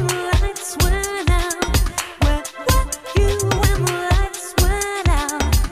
Where were you when the lights went out?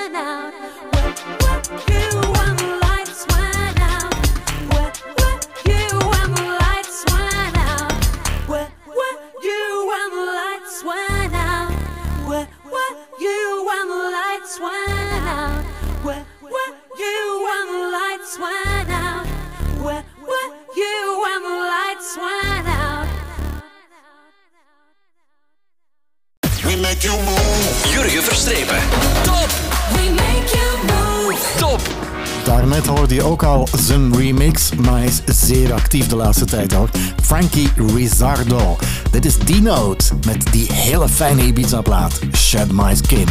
went out. When, when you when the lights went out. When, when you when the lights went out. When, when you when the lights went out. When, when you when the lights went out. When, when you when the lights went out. When, when you when the lights went out. We make you move. Jurgen Verstrepen. Top. We make you move. Top. Daarnet hoorde je ook al zijn remix, maar hij is zeer actief de laatste tijd hoor. Frankie Rizzardo. Dit is D-Note met die hele fijne Ibiza-plaat, Shed My Skin.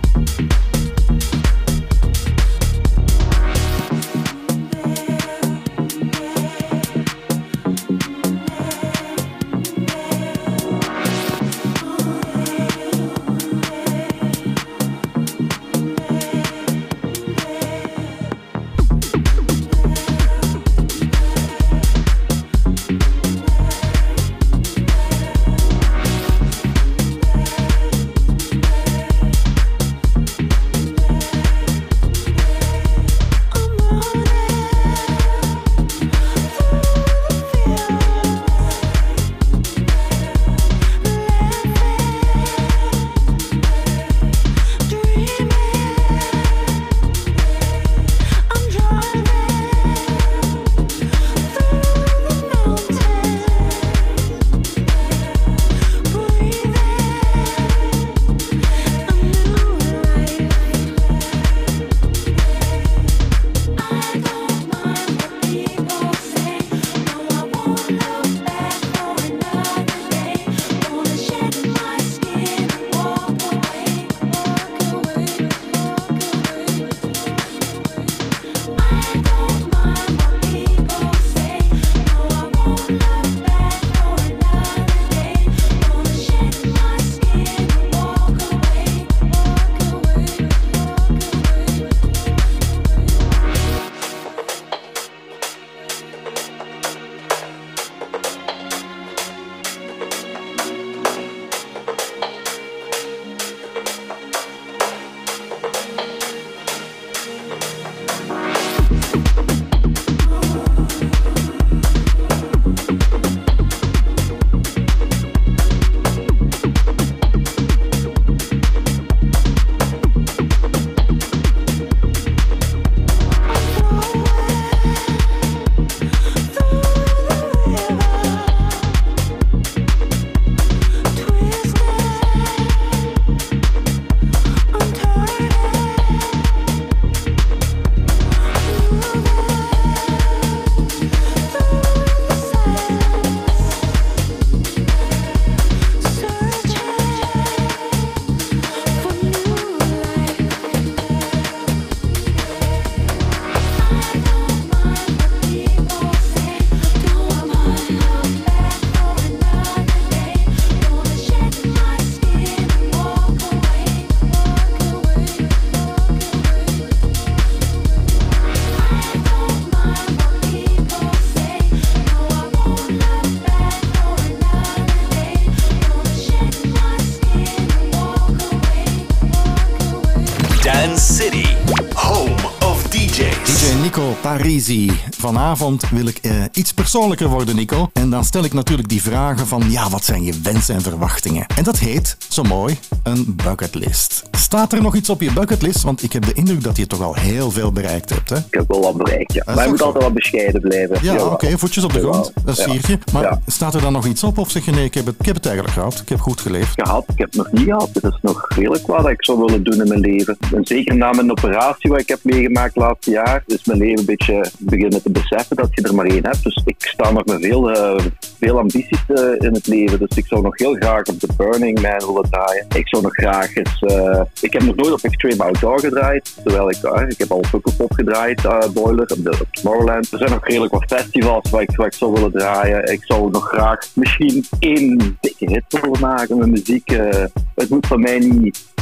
Dance City, home of D J's. D J Nico Parisi. Vanavond wil ik uh, iets persoonlijker worden, Nico. En dan stel ik natuurlijk die vragen van, ja, wat zijn je wensen en verwachtingen? En dat heet, zo mooi, een bucketlist. Staat er nog iets op je bucketlist? Want ik heb de indruk dat je toch al heel veel bereikt hebt, hè? Ik heb wel wat bereikt, ja. Dat Maar je moet zo. altijd wat bescheiden blijven. Ja, ja oké, okay, voetjes op de grond, dat ja. zie je. Maar ja. staat er dan nog iets op of zeg je nee, ik heb het, ik heb het eigenlijk gehad, ik heb goed geleefd? Gehad, ik heb het nog niet gehad. Het is nog redelijk wat dat ik zou willen doen in mijn leven. En zeker na mijn operatie wat ik heb meegemaakt het laatste jaar, is mijn leven een beetje beginnen te beseffen dat je er maar één hebt. Dus ik sta nog met veel, uh, veel ambities uh, in het leven. Dus ik zou nog heel graag op de Burning Man willen draaien. Ik zou nog graag eens... Uh, ik heb nog nooit op Extreme Outdoor gedraaid. Terwijl ik... Uh, ik heb al Pukkelpop gedraaid, uh, Boiler, op, de, op Tomorrowland. Er zijn nog redelijk wat festivals waar ik, waar ik zou willen draaien. Ik zou nog graag misschien één dikke hit willen maken met muziek. Uh, het moet van mij niet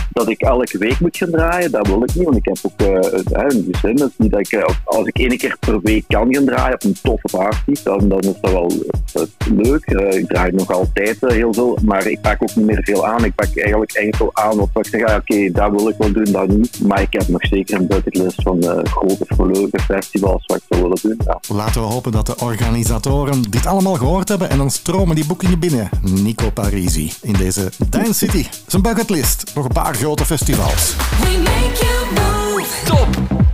dat ik elke week moet gaan draaien, dat wil ik niet, want ik heb ook uh, een gezin. Het is niet dat ik, uh, als ik één keer per week kan gaan draaien op een toffe party, dan, dan is dat wel uh, leuk. Uh, ik draai nog altijd uh, heel veel, maar ik pak ook niet meer veel aan. Ik pak eigenlijk enkel aan wat ik zeg, ah, oké, okay, dat wil ik wel doen, dat niet. Maar ik heb nog zeker een bucketlist van uh, grote, leuke festivals wat ik zou willen doen. Ja. Laten we hopen dat de organisatoren dit allemaal gehoord hebben en dan stromen die boekingen binnen. Nico Parisi in deze Dance City. Zijn bucketlist. Nog een paar grote festivals. We make you move. Top!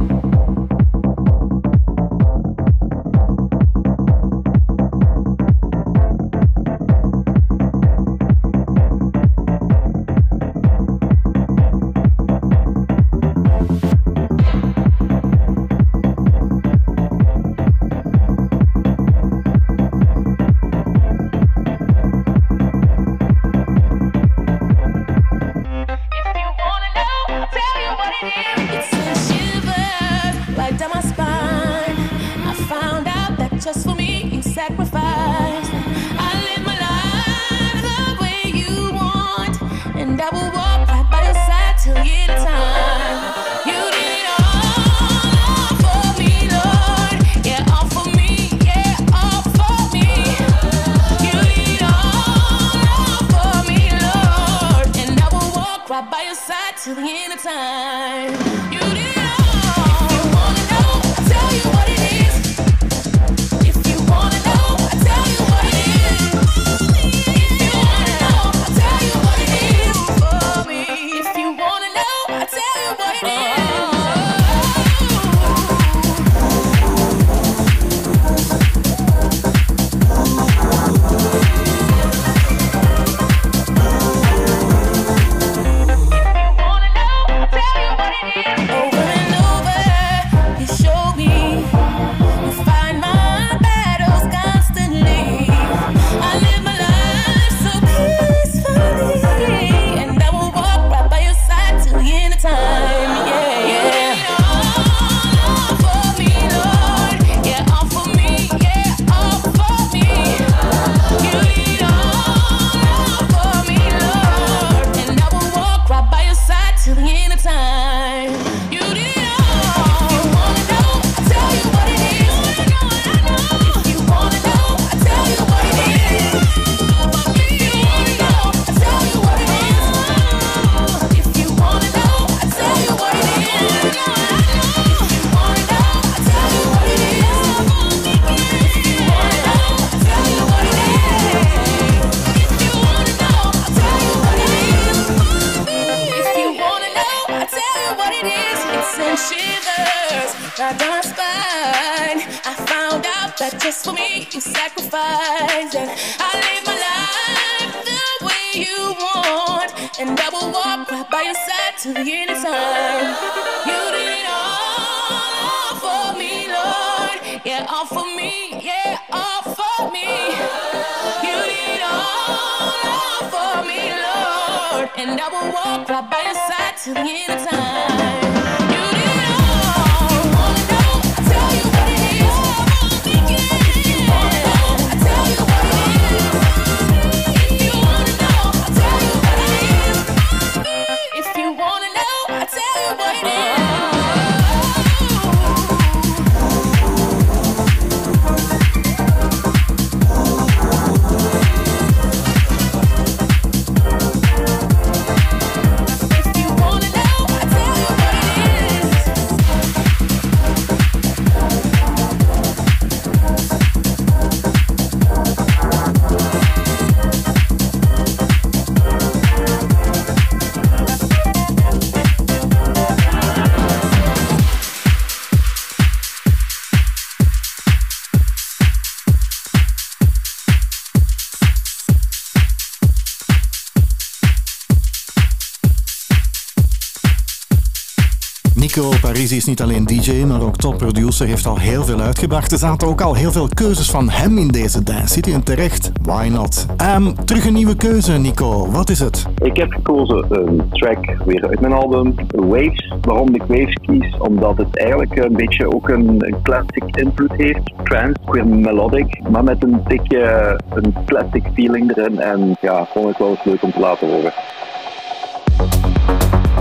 Nico Parisi is niet alleen D J, maar ook topproducer, heeft al heel veel uitgebracht. Er zaten ook al heel veel keuzes van hem in deze Dance City en terecht, why not? Um, terug een nieuwe keuze, Nico. Wat is het? Ik heb gekozen een track weer uit mijn album, Waves. Waarom ik Waves kies? Omdat het eigenlijk een beetje ook een, een classic invloed heeft. Trance, weer melodic, maar met een tikje een classic feeling erin. En ja, vond ik wel eens leuk om te laten horen.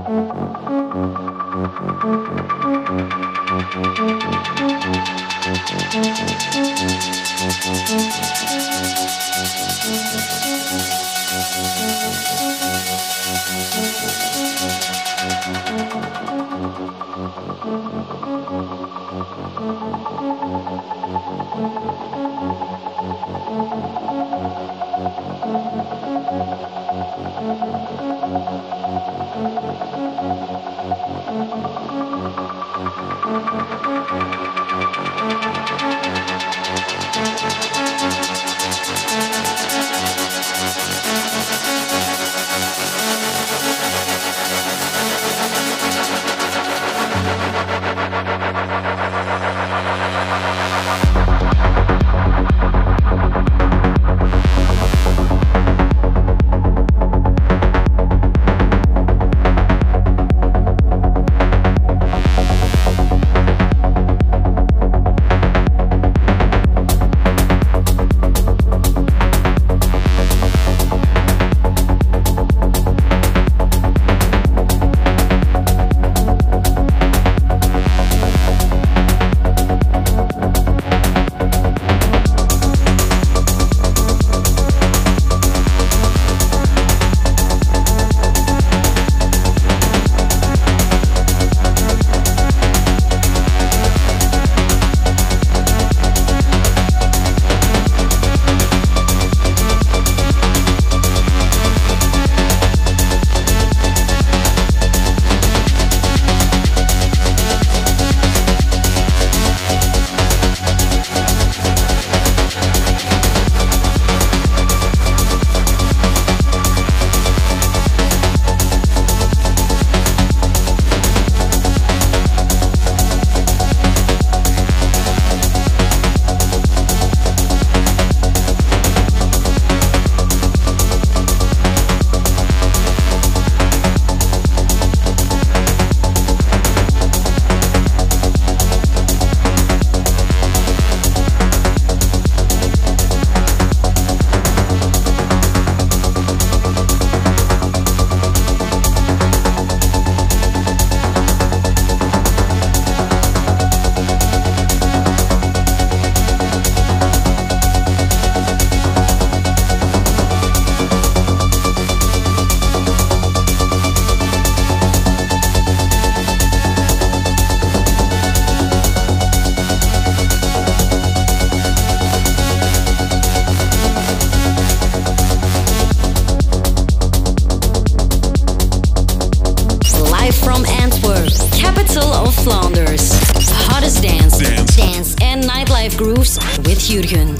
Flanders. Hottest dance, dance, dance and nightlife grooves with Jurgen.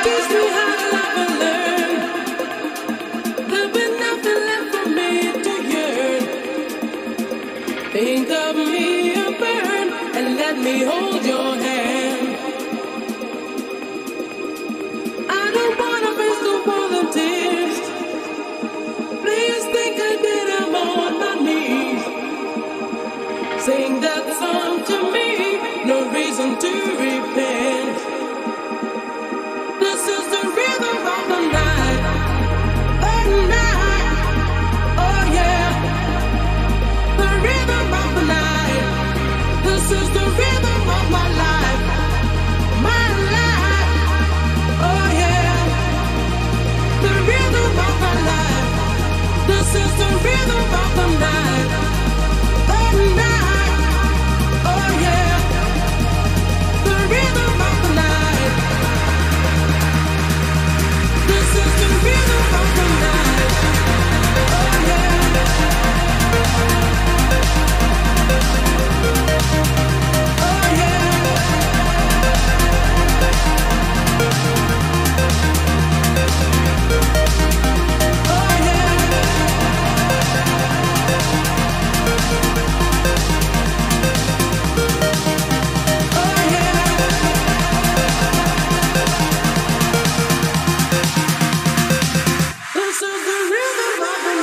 teach me how to love and learn. There'll be nothing left for me to yearn. Think of me a burn and let me hold your hand. I don't wanna face the volunteers. Please think I did, I'm on my knees. Sing that song to me, no reason to repent. This is the rhythm of the night, the night, oh yeah. The rhythm of the night, this is the rhythm of my life, my life, oh yeah. The rhythm of my life, this is the rhythm of the night, the night, oh yeah. The rhythm of the night, this is the rhythm of the night, oh yeah. Oh yeah. Oh yeah. This is the rhythm of the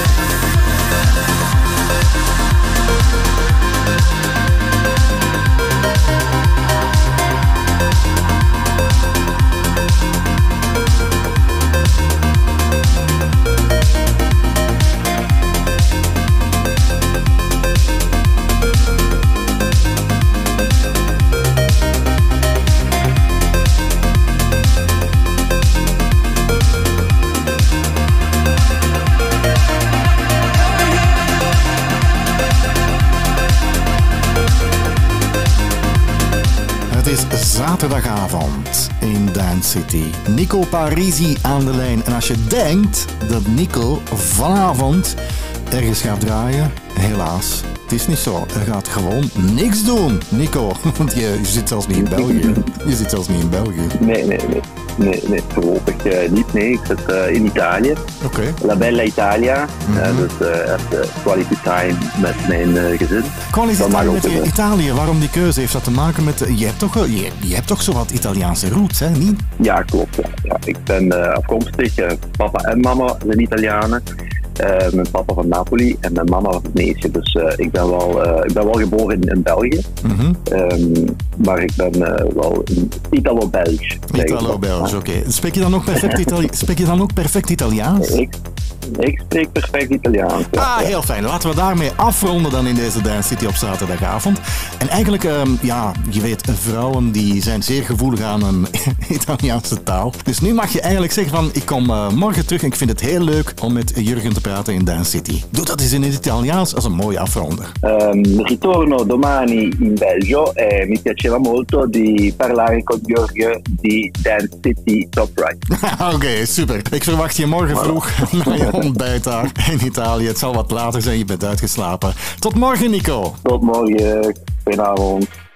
Het is zaterdagavond in Dance City. Nico Parisi aan de lijn. En als je denkt dat Nico vanavond ergens gaat draaien, helaas, het is niet zo. Hij gaat gewoon niks doen, Nico. Want je, je zit zelfs niet in België. Je zit zelfs niet in België. Nee, nee, nee. Nee, nee, voorlopig uh, niet. Nee, ik zit uh, in Italië. Oké. Okay. La Bella Italia. Mm-hmm. Uh, dus uh, even quality time met mijn uh, gezin. Quality time met uh, Italië. Waarom die keuze? Heeft dat te maken met... Uh, je, hebt toch, uh, je, je hebt toch zo wat Italiaanse roots, hè? Niet? Ja, klopt. Ja. Ja, ik ben uh, afkomstig. Uh, papa en mama zijn Italianen. Uh, mijn papa van Napoli en mijn mama van Venetië. Dus uh, ik, ben wel, uh, ik ben wel geboren in, in België. Mm-hmm. Um, maar ik ben uh, wel een Italo-Belg. Italo-Belg, oké. Okay. Spreek je dan ook perfect, Itali- Spreek je dan ook perfect Italiaans? Ik, ik spreek perfect Italiaans. Ja. Ah, heel fijn. Laten we daarmee afronden dan in deze Dance City op zaterdagavond. En eigenlijk, um, ja, je weet, vrouwen die zijn zeer gevoelig aan een Italiaanse taal. Dus nu mag je eigenlijk zeggen van, ik kom uh, morgen terug en ik vind het heel leuk om met Jurgen te praten in Dance City. Doe dat eens in het Italiaans als een mooie afronder. Um, ritorno domani in Belgio e mi piaceva molto di parlare con Jurgen di Dance City Top Right. Oké, okay, super. Ik verwacht je morgen vroeg naar je ontbijt daar in Italië. Het zal wat later zijn, je bent uitgeslapen. Tot morgen, Nico. Tot morgen. Goedenavond.